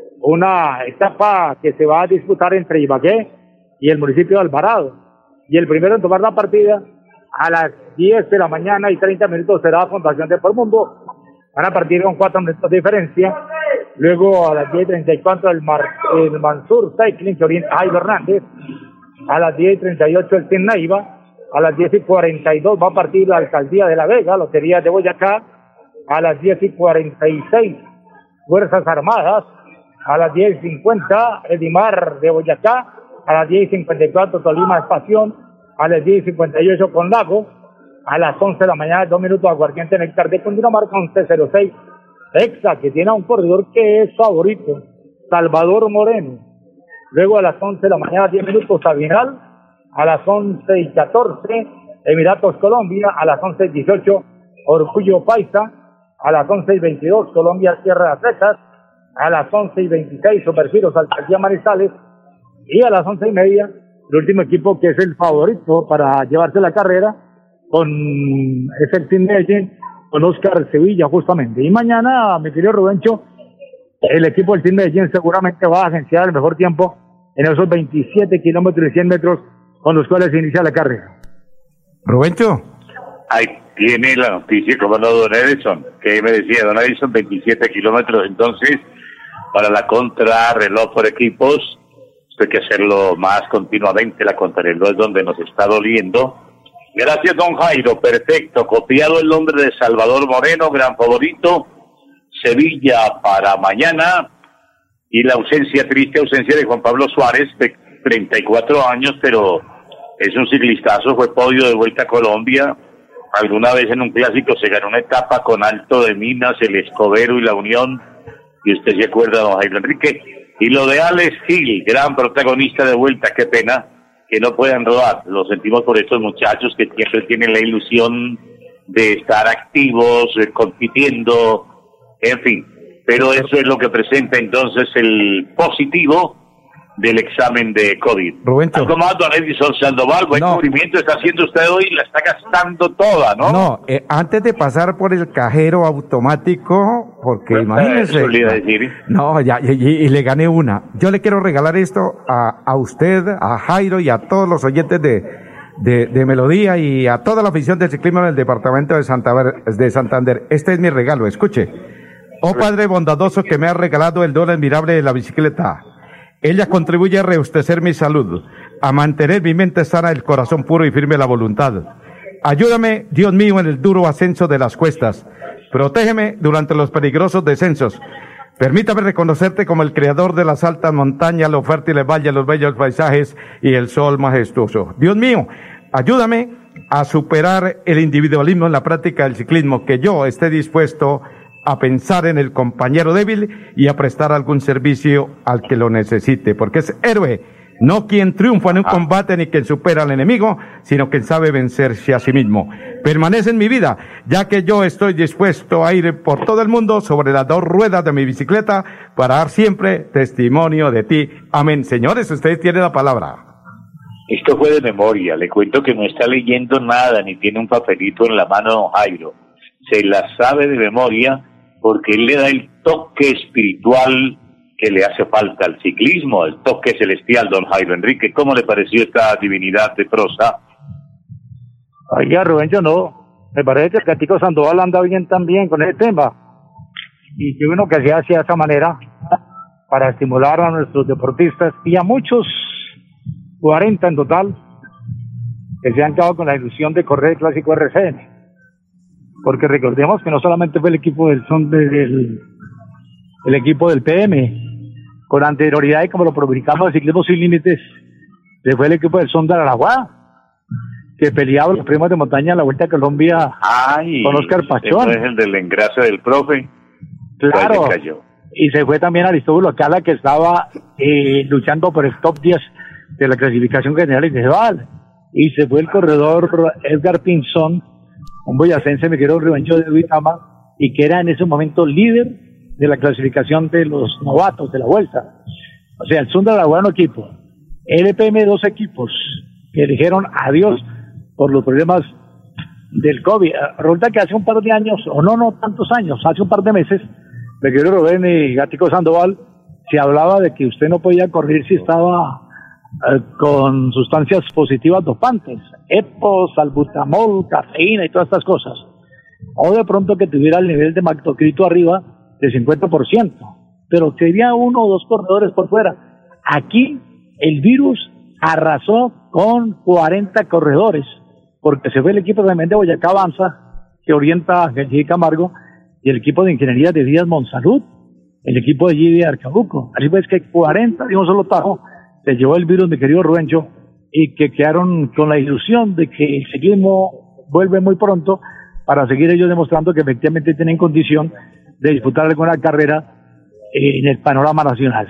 una etapa que se va a disputar entre Ibagué y el municipio de Alvarado, y el primero en tomar la partida a las 10 de la mañana y 30 minutos será Fundación de Por Mundo. Van a partir con 4 minutos de diferencia. Luego a las 10:34 el Mansur Cycling que orienta a Jairo Hernández. A las 10:38 el Team Neiva. A las 10:42 va a partir la Alcaldía de La Vega, Lotería de Boyacá. A las 10:46 Fuerzas Armadas. A las 10:50 Edimar de Boyacá. A las 10:54 Tolima Espación. A las 10:58 con Lago. A las 11 de la mañana, 2 minutos, Aguardiente Néctar de Cundinamarca, 11:06. Exa, que tiene a un corredor que es favorito, Salvador Moreno. Luego a las 11 de la mañana, 10 minutos, Sabinal. A las 11:14, Emiratos Colombia. A las 11:18, Orgullo Paisa. A las 11:22, Colombia Tierra de Atletas. A las 11:26, Supergiros Alcaldía Manizales. Y a las 11:30, el último equipo que es el favorito para llevarse la carrera, es el Team Legend, con Oscar Sevilla justamente. Y mañana, mi querido Rubencho, el equipo del Team Legend seguramente va a agenciar el mejor tiempo en esos 27 kilómetros y 100 metros con los cuales se inicia la carrera. Rubencho. Ahí tiene la noticia, como no, don Edison, que me decía, don Edison, 27 kilómetros, entonces, para la contrarreloj por equipos, hay que hacerlo más continuamente, la contrarreloj es donde nos está doliendo. Gracias, don Jairo, perfecto, copiado el nombre de Salvador Moreno, gran favorito, Sevilla para mañana, y la triste ausencia de Juan Pablo Suárez, de 34 años, pero es un ciclistazo, fue podio de Vuelta a Colombia, alguna vez en un clásico se ganó una etapa con Alto de Minas, el Escobero y la Unión, y usted se acuerda, don Jairo Enrique. Y lo de Alex Gil, gran protagonista de Vuelta, qué pena que no puedan rodar. Lo sentimos por estos muchachos que siempre tienen la ilusión de estar activos, compitiendo, en fin. Pero eso es lo que presenta entonces el positivo del examen de COVID. Rubencho. Algo más, don Edison Sandoval, buen cubrimiento está haciendo usted hoy, la está gastando toda, ¿no? No, antes de pasar por el cajero automático, porque imagínese. Eso le iba a decir. No, ya, y le gané una. Yo le quiero regalar esto a usted, a Jairo y a todos los oyentes de Melodía y a toda la afición del ciclismo del departamento de Santander. Este es mi regalo, escuche. Oh Padre bondadoso que me ha regalado el don admirable de la bicicleta. Ella contribuye a reabastecer mi salud, a mantener mi mente sana, el corazón puro y firme la voluntad. Ayúdame, Dios mío, en el duro ascenso de las cuestas. Protégeme durante los peligrosos descensos. Permítame reconocerte como el creador de las altas montañas, los fértiles valles, los bellos paisajes y el sol majestuoso. Dios mío, ayúdame a superar el individualismo en la práctica del ciclismo, que yo esté dispuesto a pensar en el compañero débil y a prestar algún servicio al que lo necesite, porque es héroe, no quien triunfa en un combate ni quien supera al enemigo, sino quien sabe vencerse a sí mismo. Permanece en mi vida, ya que yo estoy dispuesto a ir por todo el mundo sobre las 2 ruedas de mi bicicleta para dar siempre testimonio de ti. Amén. Señores, ustedes tienen la palabra. Esto fue de memoria, le cuento que no está leyendo nada, ni tiene un papelito en la mano, don Jairo. Se la sabe de memoria porque él le da el toque espiritual que le hace falta al ciclismo, el toque celestial, don Jairo Enrique. ¿Cómo le pareció esta divinidad de prosa? Oiga, Rubén, yo no. Me parece que el Catico Sandoval anda bien también con ese tema. Y que uno que se hace de esa manera para estimular a nuestros deportistas y a muchos, 40 en total, que se han quedado con la ilusión de correr el clásico RCN. Porque recordemos que no solamente fue el equipo el equipo del PM, con anterioridad, y como lo publicamos de Ciclismo Sin Límites, se fue el equipo del Sonda de Aragua, que peleaba los premios de montaña en la Vuelta a Colombia con Oscar Pachón. Es el del engrase del profe. Claro. Y se fue también Aristóbulo Cala, que estaba luchando por el top 10 de la clasificación general individual. Y se fue el corredor Edgar Pinzón, un boyacense, mi querido Rubencho de Uitama, y que era en ese momento líder de la clasificación de los novatos de la Vuelta. O sea, el Sonda de Aragua, un equipo, LPM 2 equipos, que dijeron adiós por los problemas del COVID. Resulta que hace un par de años, o no tantos años, hace un par de meses, mi querido Rubén y Gatico Sandoval, se hablaba de que usted no podía correr si estaba con sustancias positivas dopantes, EPO, salbutamol, cafeína y todas estas cosas, o de pronto que tuviera el nivel de maltocrito arriba de 50%, pero sería 1 o 2 corredores por fuera. Aquí el virus arrasó con 40 corredores, porque se fue el equipo también de Boyacá Avanza, que orienta a Jesús Camargo, y el equipo de Ingeniería de Vías Monsalud, el equipo de Gidi de Arcabuco. Así pues que 40 de un solo tajo se llevó el virus, mi querido Rubencho, y que quedaron con la ilusión de que el ciclismo vuelve muy pronto para seguir ellos demostrando que efectivamente tienen condición de disputar alguna carrera en el panorama nacional.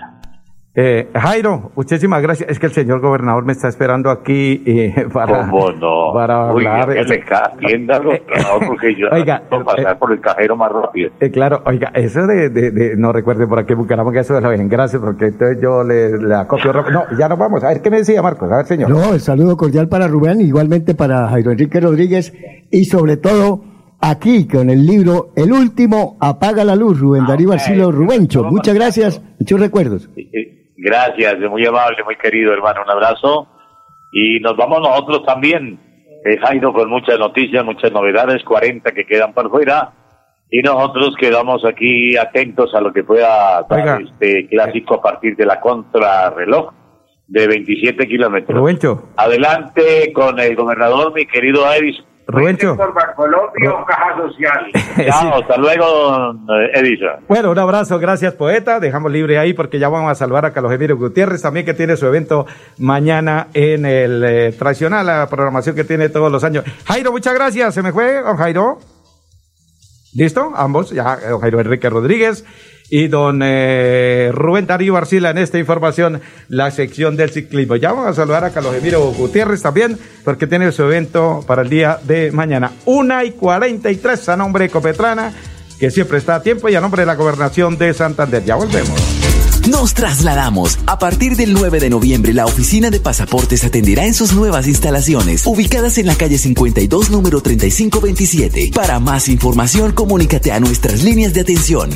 Jairo, muchísimas gracias. Es que el señor gobernador me está esperando aquí para, ¿cómo no? Para hablar. Porque yo puedo pasar por el cajero más rápido. Claro, oiga, eso de no recuerde por aquí Bucaramanga, eso de la gracias, porque entonces yo le acopio. No, ya nos vamos. A ver, ¿qué me decía Marcos? A ver, señor. No, el saludo cordial para Rubén, igualmente para Jairo Enrique Rodríguez, y sobre todo aquí con el libro El Último Apaga la Luz, Rubén Darío Arcilo Rubencho. Muchas gracias, muchos recuerdos. Gracias, muy amable, muy querido hermano, un abrazo. Y nos vamos nosotros también, Jairo, con muchas noticias, muchas novedades, 40 que quedan por fuera. Y nosotros quedamos aquí atentos a lo que pueda dar este clásico a partir de la contrarreloj de 27 kilómetros. Rubencho. Adelante con el gobernador, mi querido Edison. Rubencho. Colombia, Caja Social. Chao, hasta luego, Edison. Bueno, un abrazo, gracias, poeta. Dejamos libre ahí porque ya vamos a saludar a Carlos Emilio Gutiérrez también, que tiene su evento mañana en el tradicional, la programación que tiene todos los años. Jairo, muchas gracias. ¿Se me fue, don Jairo? ¿Listo? Ambos, ya, don Jairo Enrique Rodríguez y don Rubén Darío Arcila en esta información, la sección del ciclismo. Ya vamos a saludar a Carlos Emilio Gutiérrez también, porque tiene su evento para el día de mañana. 1:43 a nombre de Copetrana, que siempre está a tiempo, y a nombre de la Gobernación de Santander. Ya volvemos. Nos trasladamos. A partir del 9 de noviembre, la oficina de pasaportes atenderá en sus nuevas instalaciones, ubicadas en la calle 52, número 3527. Para más información, comunícate a nuestras líneas de atención.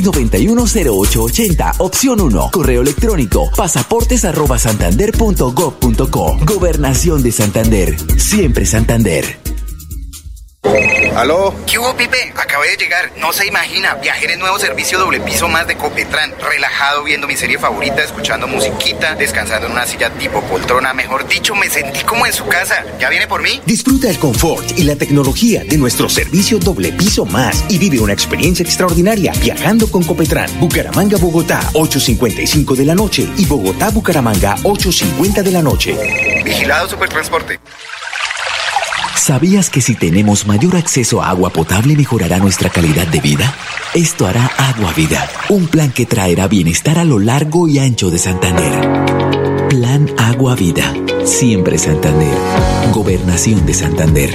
691-0880, opción 1. Correo electrónico, pasaportes@santander.gov.co. Gobernación de Santander. Siempre Santander. ¿Aló? ¿Qué hubo, Pipe? Acabé de llegar. No se imagina. Viajé en el nuevo servicio doble piso más de Copetran. Relajado viendo mi serie favorita, escuchando musiquita, descansando en una silla tipo poltrona. Mejor dicho, me sentí como en su casa. ¿Ya viene por mí? Disfruta el confort y la tecnología de nuestro servicio doble piso más y vive una experiencia extraordinaria viajando con Copetran. Bucaramanga, Bogotá, 8:55 de la noche, y Bogotá, Bucaramanga, 8:50 de la noche. Vigilado Supertransporte. ¿Sabías que si tenemos mayor acceso a agua potable mejorará nuestra calidad de vida? Esto hará Agua Vida, un plan que traerá bienestar a lo largo y ancho de Santander. Plan Agua Vida, siempre Santander. Gobernación de Santander.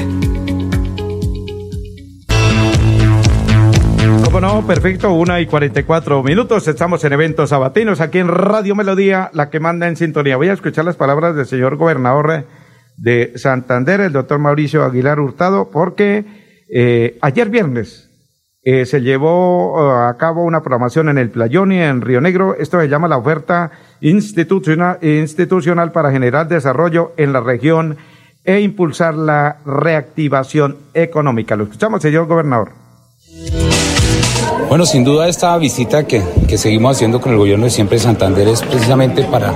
¿Cómo no? Perfecto, 1:44. Estamos en eventos sabatinos aquí en Radio Melodía, la que manda en sintonía. Voy a escuchar las palabras del señor gobernador de Santander, el doctor Mauricio Aguilar Hurtado, porque ayer viernes se llevó a cabo una programación en el Playón y en Río Negro. Esto se llama la oferta institucional para generar desarrollo en la región e impulsar la reactivación económica. Lo escuchamos, señor gobernador. Bueno, sin duda esta visita que seguimos haciendo con el gobierno de Siempre Santander es precisamente para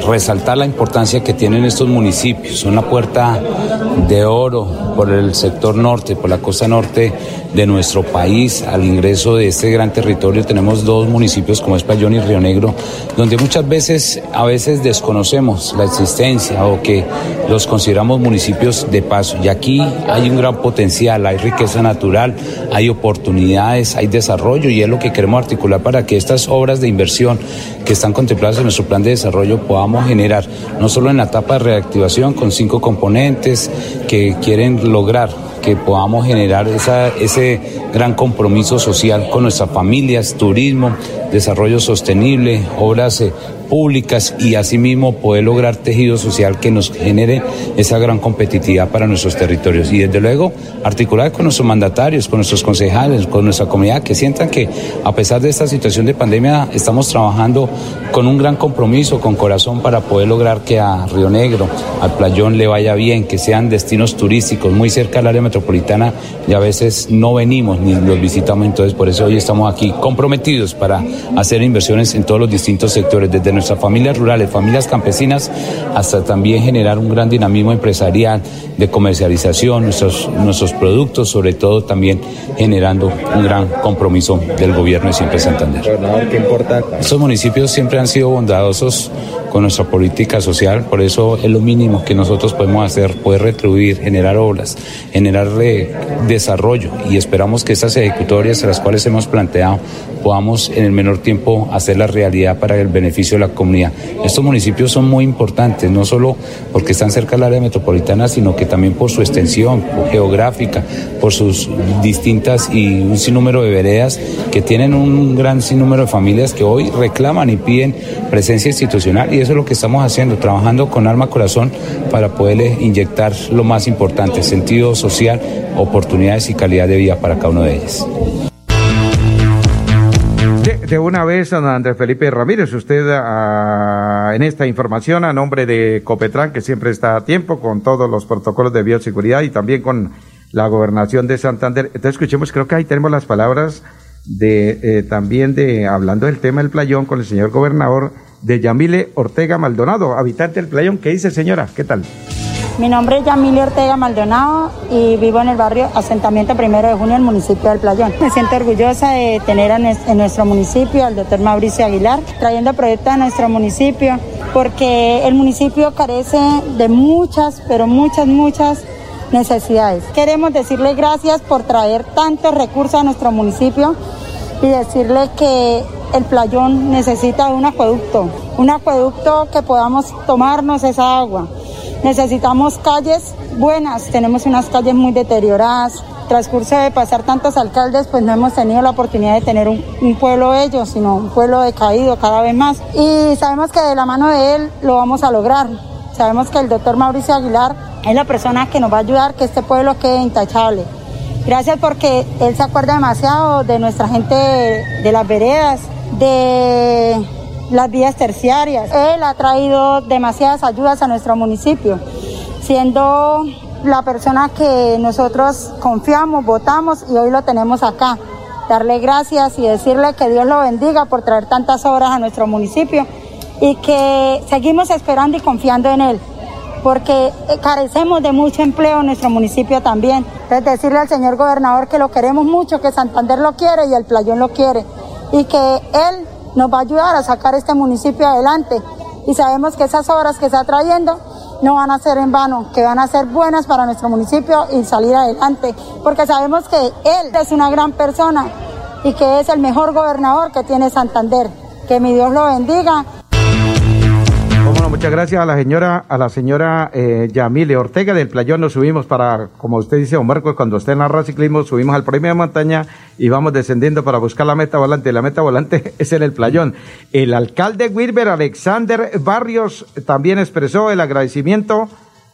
resaltar la importancia que tienen estos municipios. Son la puerta de oro por el sector norte, por la costa norte de nuestro país. Al ingreso de este gran territorio tenemos 2 municipios como es Playón y Río Negro, donde muchas veces, desconocemos la existencia o que los consideramos municipios de paso. Y aquí hay un gran potencial, hay riqueza natural, hay oportunidades, hay desarrollo, y es lo que queremos articular para que estas obras de inversión que están contempladas en nuestro plan de desarrollo podamos generar, no solo en la etapa de reactivación con 5 componentes que quieren lograr, que podamos generar ese gran compromiso social con nuestras familias, turismo, desarrollo sostenible, obras públicas, y asimismo poder lograr tejido social que nos genere esa gran competitividad para nuestros territorios. Y desde luego articular con nuestros mandatarios, con nuestros concejales, con nuestra comunidad, que sientan que a pesar de esta situación de pandemia estamos trabajando con un gran compromiso, con corazón, para poder lograr que a Río Negro, al Playón le vaya bien, que sean destinos turísticos muy cerca del área metropolitana, y a veces no venimos ni los visitamos. Entonces por eso hoy estamos aquí comprometidos para hacer inversiones en todos los distintos sectores, desde nuestras familias rurales, familias campesinas, hasta también generar un gran dinamismo empresarial de comercialización, nuestros productos, sobre todo también generando un gran compromiso del gobierno de Siempre Santander. ¿Qué importa? Estos municipios siempre han sido bondadosos con nuestra política social, por eso es lo mínimo que nosotros podemos hacer, poder retribuir, generar obras, generar desarrollo, y esperamos que estas ejecutorias a las cuales hemos planteado podamos en el menor tiempo hacer la realidad para el beneficio de la comunidad. Estos municipios son muy importantes, no solo porque están cerca del área metropolitana, sino que también por su extensión geográfica, por sus distintas y un sinnúmero de veredas que tienen un gran sinnúmero de familias que hoy reclaman y piden presencia institucional, y eso es lo que estamos haciendo, trabajando con alma corazón para poderle inyectar lo más importante, sentido social, oportunidades y calidad de vida para cada uno de ellos. De una vez, don Andrés Felipe Ramírez, usted en esta información a nombre de Copetran, que siempre está a tiempo con todos los protocolos de bioseguridad y también con la gobernación de Santander. Entonces escuchemos, creo que ahí tenemos las palabras también hablando del tema del Playón con el señor gobernador, de Yamile Ortega Maldonado, habitante del Playón. ¿Qué dice, señora? ¿Qué tal? Mi nombre es Yamile Ortega Maldonado y vivo en el barrio Asentamiento 1 de Junio, en el municipio del Playón. Me siento orgullosa de tener en nuestro municipio al doctor Mauricio Aguilar, trayendo proyectos a nuestro municipio, porque el municipio carece de muchas, pero muchas necesidades. Queremos decirle gracias por traer tantos recursos a nuestro municipio y decirle que el Playón necesita un acueducto que podamos tomarnos esa agua. Necesitamos calles buenas, tenemos unas calles muy deterioradas. Transcurso de pasar tantos alcaldes, pues no hemos tenido la oportunidad de tener un pueblo bello, sino un pueblo decaído cada vez más. Y sabemos que de la mano de él lo vamos a lograr. Sabemos que el doctor Mauricio Aguilar es la persona que nos va a ayudar que este pueblo quede intachable. Gracias porque él se acuerda demasiado de nuestra gente de las veredas, de las vías terciarias. Él ha traído demasiadas ayudas a nuestro municipio, siendo la persona que nosotros confiamos, votamos y hoy lo tenemos acá. Darle gracias y decirle que Dios lo bendiga por traer tantas obras a nuestro municipio y que seguimos esperando y confiando en él, porque carecemos de mucho empleo en nuestro municipio también. Entonces decirle al señor gobernador que lo queremos mucho, que Santander lo quiere y el Playón lo quiere y que él nos va a ayudar a sacar este municipio adelante, y sabemos que esas obras que está trayendo no van a ser en vano, que van a ser buenas para nuestro municipio y salir adelante, porque sabemos que él es una gran persona y que es el mejor gobernador que tiene Santander. Que mi Dios lo bendiga. Bueno, muchas gracias a la señora Yamile Ortega del Playón. Nos subimos para, como usted dice, don Marcos, cuando usted narra ciclismo, subimos al premio de montaña y vamos descendiendo para buscar la meta volante. La meta volante es en el Playón. El alcalde Wilber Alexander Barrios también expresó el agradecimiento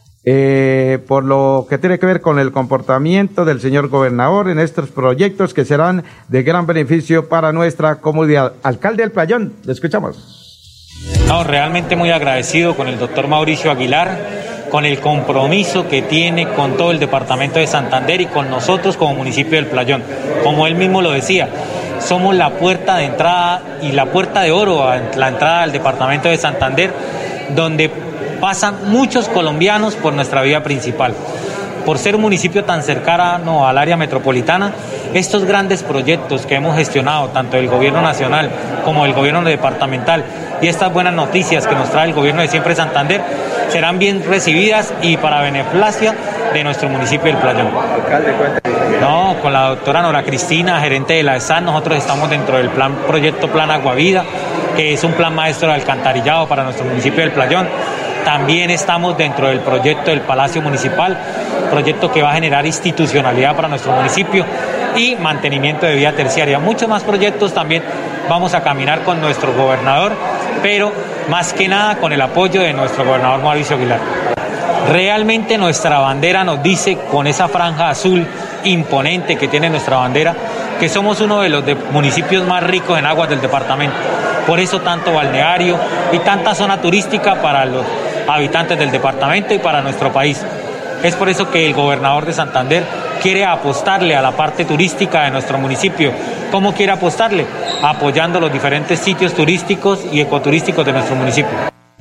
por lo que tiene que ver con el comportamiento del señor gobernador en estos proyectos que serán de gran beneficio para nuestra comunidad. Alcalde del Playón, le escuchamos. No, realmente muy agradecido con el doctor Mauricio Aguilar, con el compromiso que tiene con todo el departamento de Santander y con nosotros como municipio del Playón. Como él mismo lo decía, somos la puerta de entrada y la puerta de oro a la entrada al departamento de Santander, donde pasan muchos colombianos por nuestra vía principal. Por ser un municipio tan cercano al área metropolitana, estos grandes proyectos que hemos gestionado, tanto el gobierno nacional como el gobierno departamental, y estas buenas noticias que nos trae el gobierno de Siempre Santander, serán bien recibidas y para beneficio de nuestro municipio del Playón. No, con la doctora Nora Cristina, gerente de la ESAN, nosotros estamos dentro del proyecto Plan Agua Vida, que es un plan maestro de alcantarillado para nuestro municipio del Playón. También estamos dentro del proyecto del Palacio Municipal, proyecto que va a generar institucionalidad para nuestro municipio y mantenimiento de vía terciaria. Muchos más proyectos también vamos a caminar con nuestro gobernador, pero más que nada con el apoyo de nuestro gobernador Mauricio Aguilar. Realmente nuestra bandera nos dice, con esa franja azul imponente que tiene nuestra bandera, que somos uno de los municipios más ricos en aguas del departamento. Por eso tanto balneario y tanta zona turística para los habitantes del departamento y para nuestro país. Es por eso que el gobernador de Santander quiere apostarle a la parte turística de nuestro municipio. ¿Cómo quiere apostarle? Apoyando los diferentes sitios turísticos y ecoturísticos de nuestro municipio.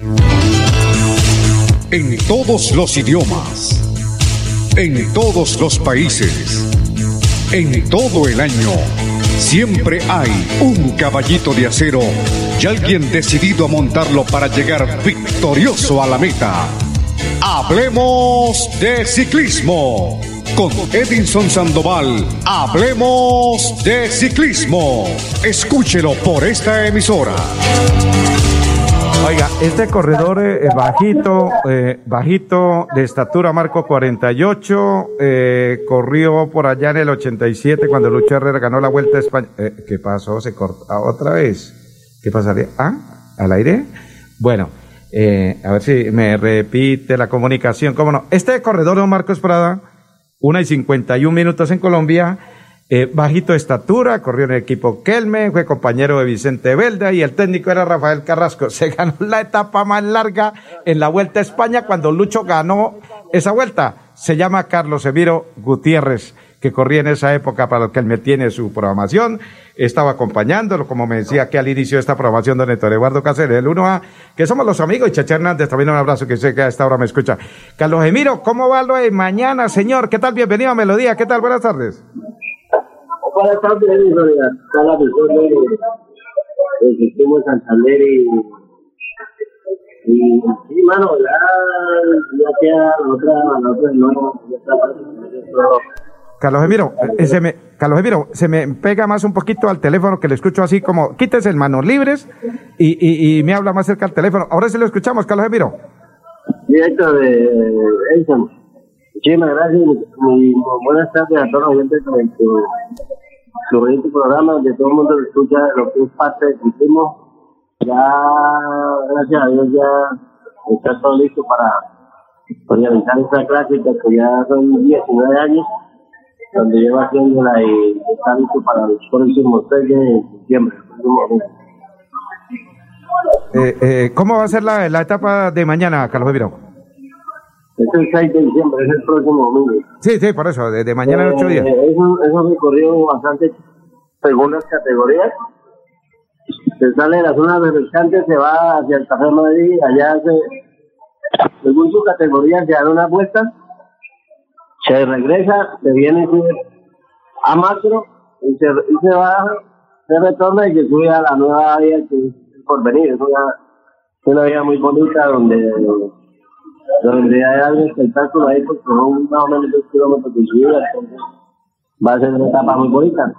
En todos los idiomas, en todos los países, en todo el año, siempre hay un caballito de acero y alguien decidido a montarlo para llegar victorioso a la meta. Hablemos de ciclismo. Con Edinson Sandoval, hablemos de ciclismo. Escúchelo por esta emisora. Oiga, este corredor bajito, de estatura, marco 48, corrió por allá en el 87 cuando Lucho Herrera ganó la Vuelta a España. ¿Qué pasó? ¿Se cortó otra vez? ¿Qué pasaría? ¿Al aire? Bueno, a ver si me repite la comunicación. ¿Cómo no? Este corredor, don Marcos Prada, 1:51 en Colombia, bajito de estatura, corrió en el equipo Kelme, fue compañero de Vicente Belda y el técnico era Rafael Carrasco. Se ganó la etapa más larga en la Vuelta a España cuando Lucho ganó esa vuelta. Se llama Carlos Emiro Gutiérrez, que corría en esa época para el que él me tiene su programación. Estaba acompañándolo, como me decía aquí al inicio de esta programación, don Héctor Eduardo Cáceres, el 1A, que somos los amigos, y Chacha Hernández, también un abrazo, que sé que a esta hora me escucha. Carlos Emiro, ¿cómo va lo de mañana, señor? ¿Qué tal? Bienvenido a Melodía, ¿qué tal? Buenas tardes. Buenas tardes, está la mejor del sistema de Santander y sí, mano, ya queda la otra no, ya está. Carlos Emiro, se me pega más un poquito al teléfono, que le escucho así como, quítese el manos libres y me habla más cerca al teléfono. Ahora sí lo escuchamos, Carlos Emiro. Directo de Edison. Muchísimas gracias y buenas tardes a todos los oyentes con su bonito programa, donde todo el mundo escucha lo que es parte del ciclismo. Ya, gracias a Dios, ya está todo listo para organizar esta clásica, que ya son 19 años, donde lleva haciéndola y está listo para los próximos 3 de diciembre. ¿Cómo va a ser la etapa de mañana, Carlos Emiro? Es el 6 de diciembre, es el próximo domingo. Sí, por eso, desde mañana en 8 días. Es un recorrido bastante según las categorías. Se sale de la zona de refrescante, se va hacia el Café Madrid, allá según su categoría se dan unas vueltas, se regresa, se viene a Macro y se baja, se retorna y se sube a la nueva vía que es el Porvenir. Es una vía muy bonita donde hay algo espectáculo ahí, porque son más o menos 2 kilómetros de subida, entonces va a ser una etapa muy bonita.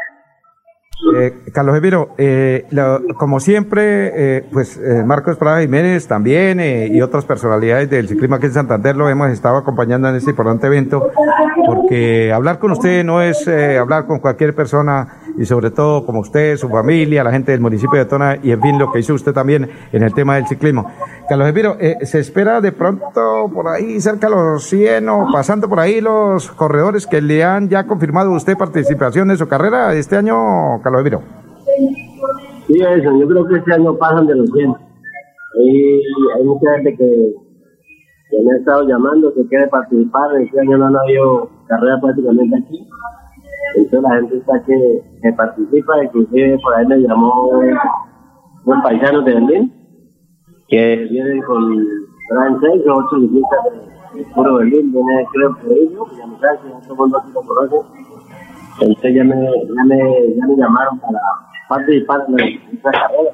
Carlos Emiro, como siempre, Marcos Prada Jiménez también y otras personalidades del ciclismo aquí en Santander lo hemos estado acompañando en este importante evento, porque hablar con usted no es hablar con cualquier persona, y sobre todo como usted, su familia, la gente del municipio de Tona, y en fin, lo que hizo usted también en el tema del ciclismo. Carlos Emiro, ¿se espera de pronto por ahí cerca de los 100 o pasando por ahí los corredores que le han ya confirmado a usted participación en su carrera este año, Carlos Emiro? Sí, eso, yo creo que este año pasan de los 100. Hay mucha gente que me ha estado llamando, que quiere participar. Este año no han habido carrera prácticamente aquí. Entonces la gente está que participa, inclusive por ahí me llamó un paisano de Berlín, que vienen con, traen 6 o 8 visitas de puro Berlín, viene creo por ahí, ¿no? Ya me sabe que todo el mundo aquí lo conoce. Entonces ya me llamaron para participar en esta carrera.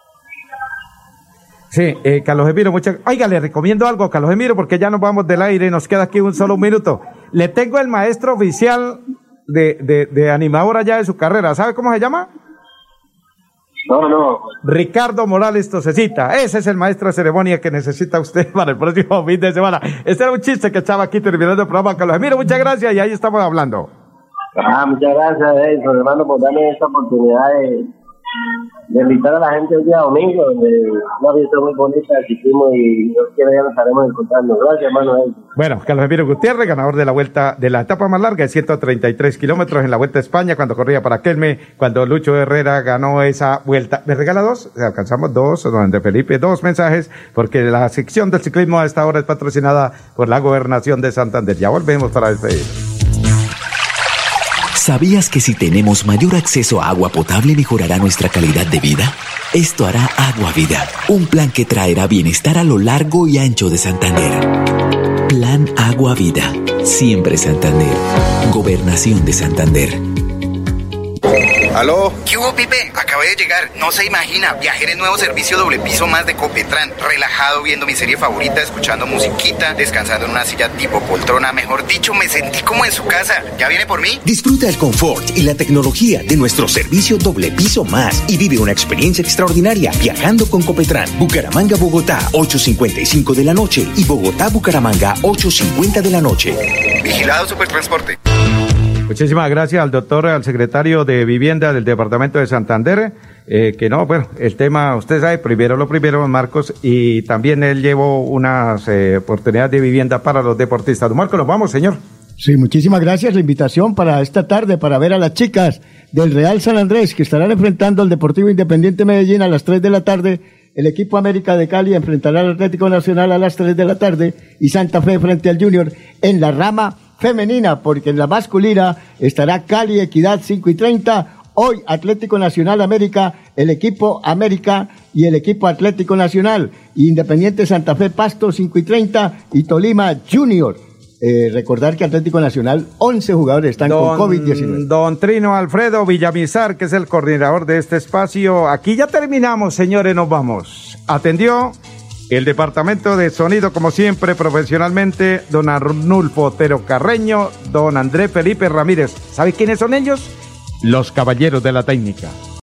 Sí, Carlos Emiro, oiga, le recomiendo algo, Carlos Emiro, porque ya nos vamos del aire, nos queda aquí un solo minuto. Le tengo el maestro oficial de animador allá de su carrera, ¿sabe cómo se llama? No. Ricardo Morales Tosecita, ese es el maestro de ceremonia que necesita usted para el próximo fin de semana. Este era un chiste que estaba aquí terminando el programa, Carlos Emiro, muchas gracias, y ahí estamos hablando. Muchas gracias, Edson, hermano, por darme esta oportunidad de invitar a la gente el día domingo, donde una fiesta muy bonita de ciclismo y Dios quiera ya nos estaremos encontrando. Gracias, hermano. Bueno, Carlos Emiro Gutiérrez, ganador de la vuelta, de la etapa más larga de 133 kilómetros en la Vuelta a España, cuando corría para Kelme, cuando Lucho Herrera ganó esa vuelta. ¿Me regala 2? Alcanzamos 2, don Andrés Felipe, 2 mensajes, porque la sección del ciclismo a esta hora es patrocinada por la Gobernación de Santander. Ya volvemos para despedir. ¿Sabías que si tenemos mayor acceso a agua potable mejorará nuestra calidad de vida? Esto hará Agua Vida, un plan que traerá bienestar a lo largo y ancho de Santander. Plan Agua Vida, siempre Santander. Gobernación de Santander. ¿Aló? ¿Qué hubo, Pipe? Acabé de llegar. No se imagina, viajé en el nuevo servicio doble piso más de Copetran. Relajado viendo mi serie favorita, escuchando musiquita, descansando en una silla tipo poltrona. Mejor dicho, me sentí como en su casa. ¿Ya viene por mí? Disfruta el confort y la tecnología de nuestro servicio doble piso más y vive una experiencia extraordinaria viajando con Copetran. Bucaramanga, Bogotá, 8:55 de la noche y Bogotá, Bucaramanga, 8:50 de la noche. Vigilado Supertransporte. Muchísimas gracias al doctor, al secretario de Vivienda del Departamento de Santander, el tema, usted sabe, lo primero, Marcos, y también él llevó unas oportunidades de vivienda para los deportistas. Don Marcos, nos vamos, señor. Sí, muchísimas gracias. La invitación para esta tarde, para ver a las chicas del Real San Andrés, que estarán enfrentando al Deportivo Independiente Medellín a las 3 de la tarde. El equipo América de Cali enfrentará al Atlético Nacional a las 3 de la tarde y Santa Fe frente al Junior en la rama femenina, porque en la masculina estará Cali Equidad 5:30. Hoy Atlético Nacional América, el equipo América y el equipo Atlético Nacional. Independiente Santa Fe Pasto 5:30 y Tolima Junior. Recordar que Atlético Nacional, 11 jugadores están con COVID-19. Don Trino Alfredo Villamizar, que es el coordinador de este espacio. Aquí ya terminamos, señores, nos vamos. Atendió el departamento de sonido, como siempre, profesionalmente, don Arnulfo Otero Carreño, don Andrés Felipe Ramírez. ¿Sabe quiénes son ellos? Los caballeros de la técnica.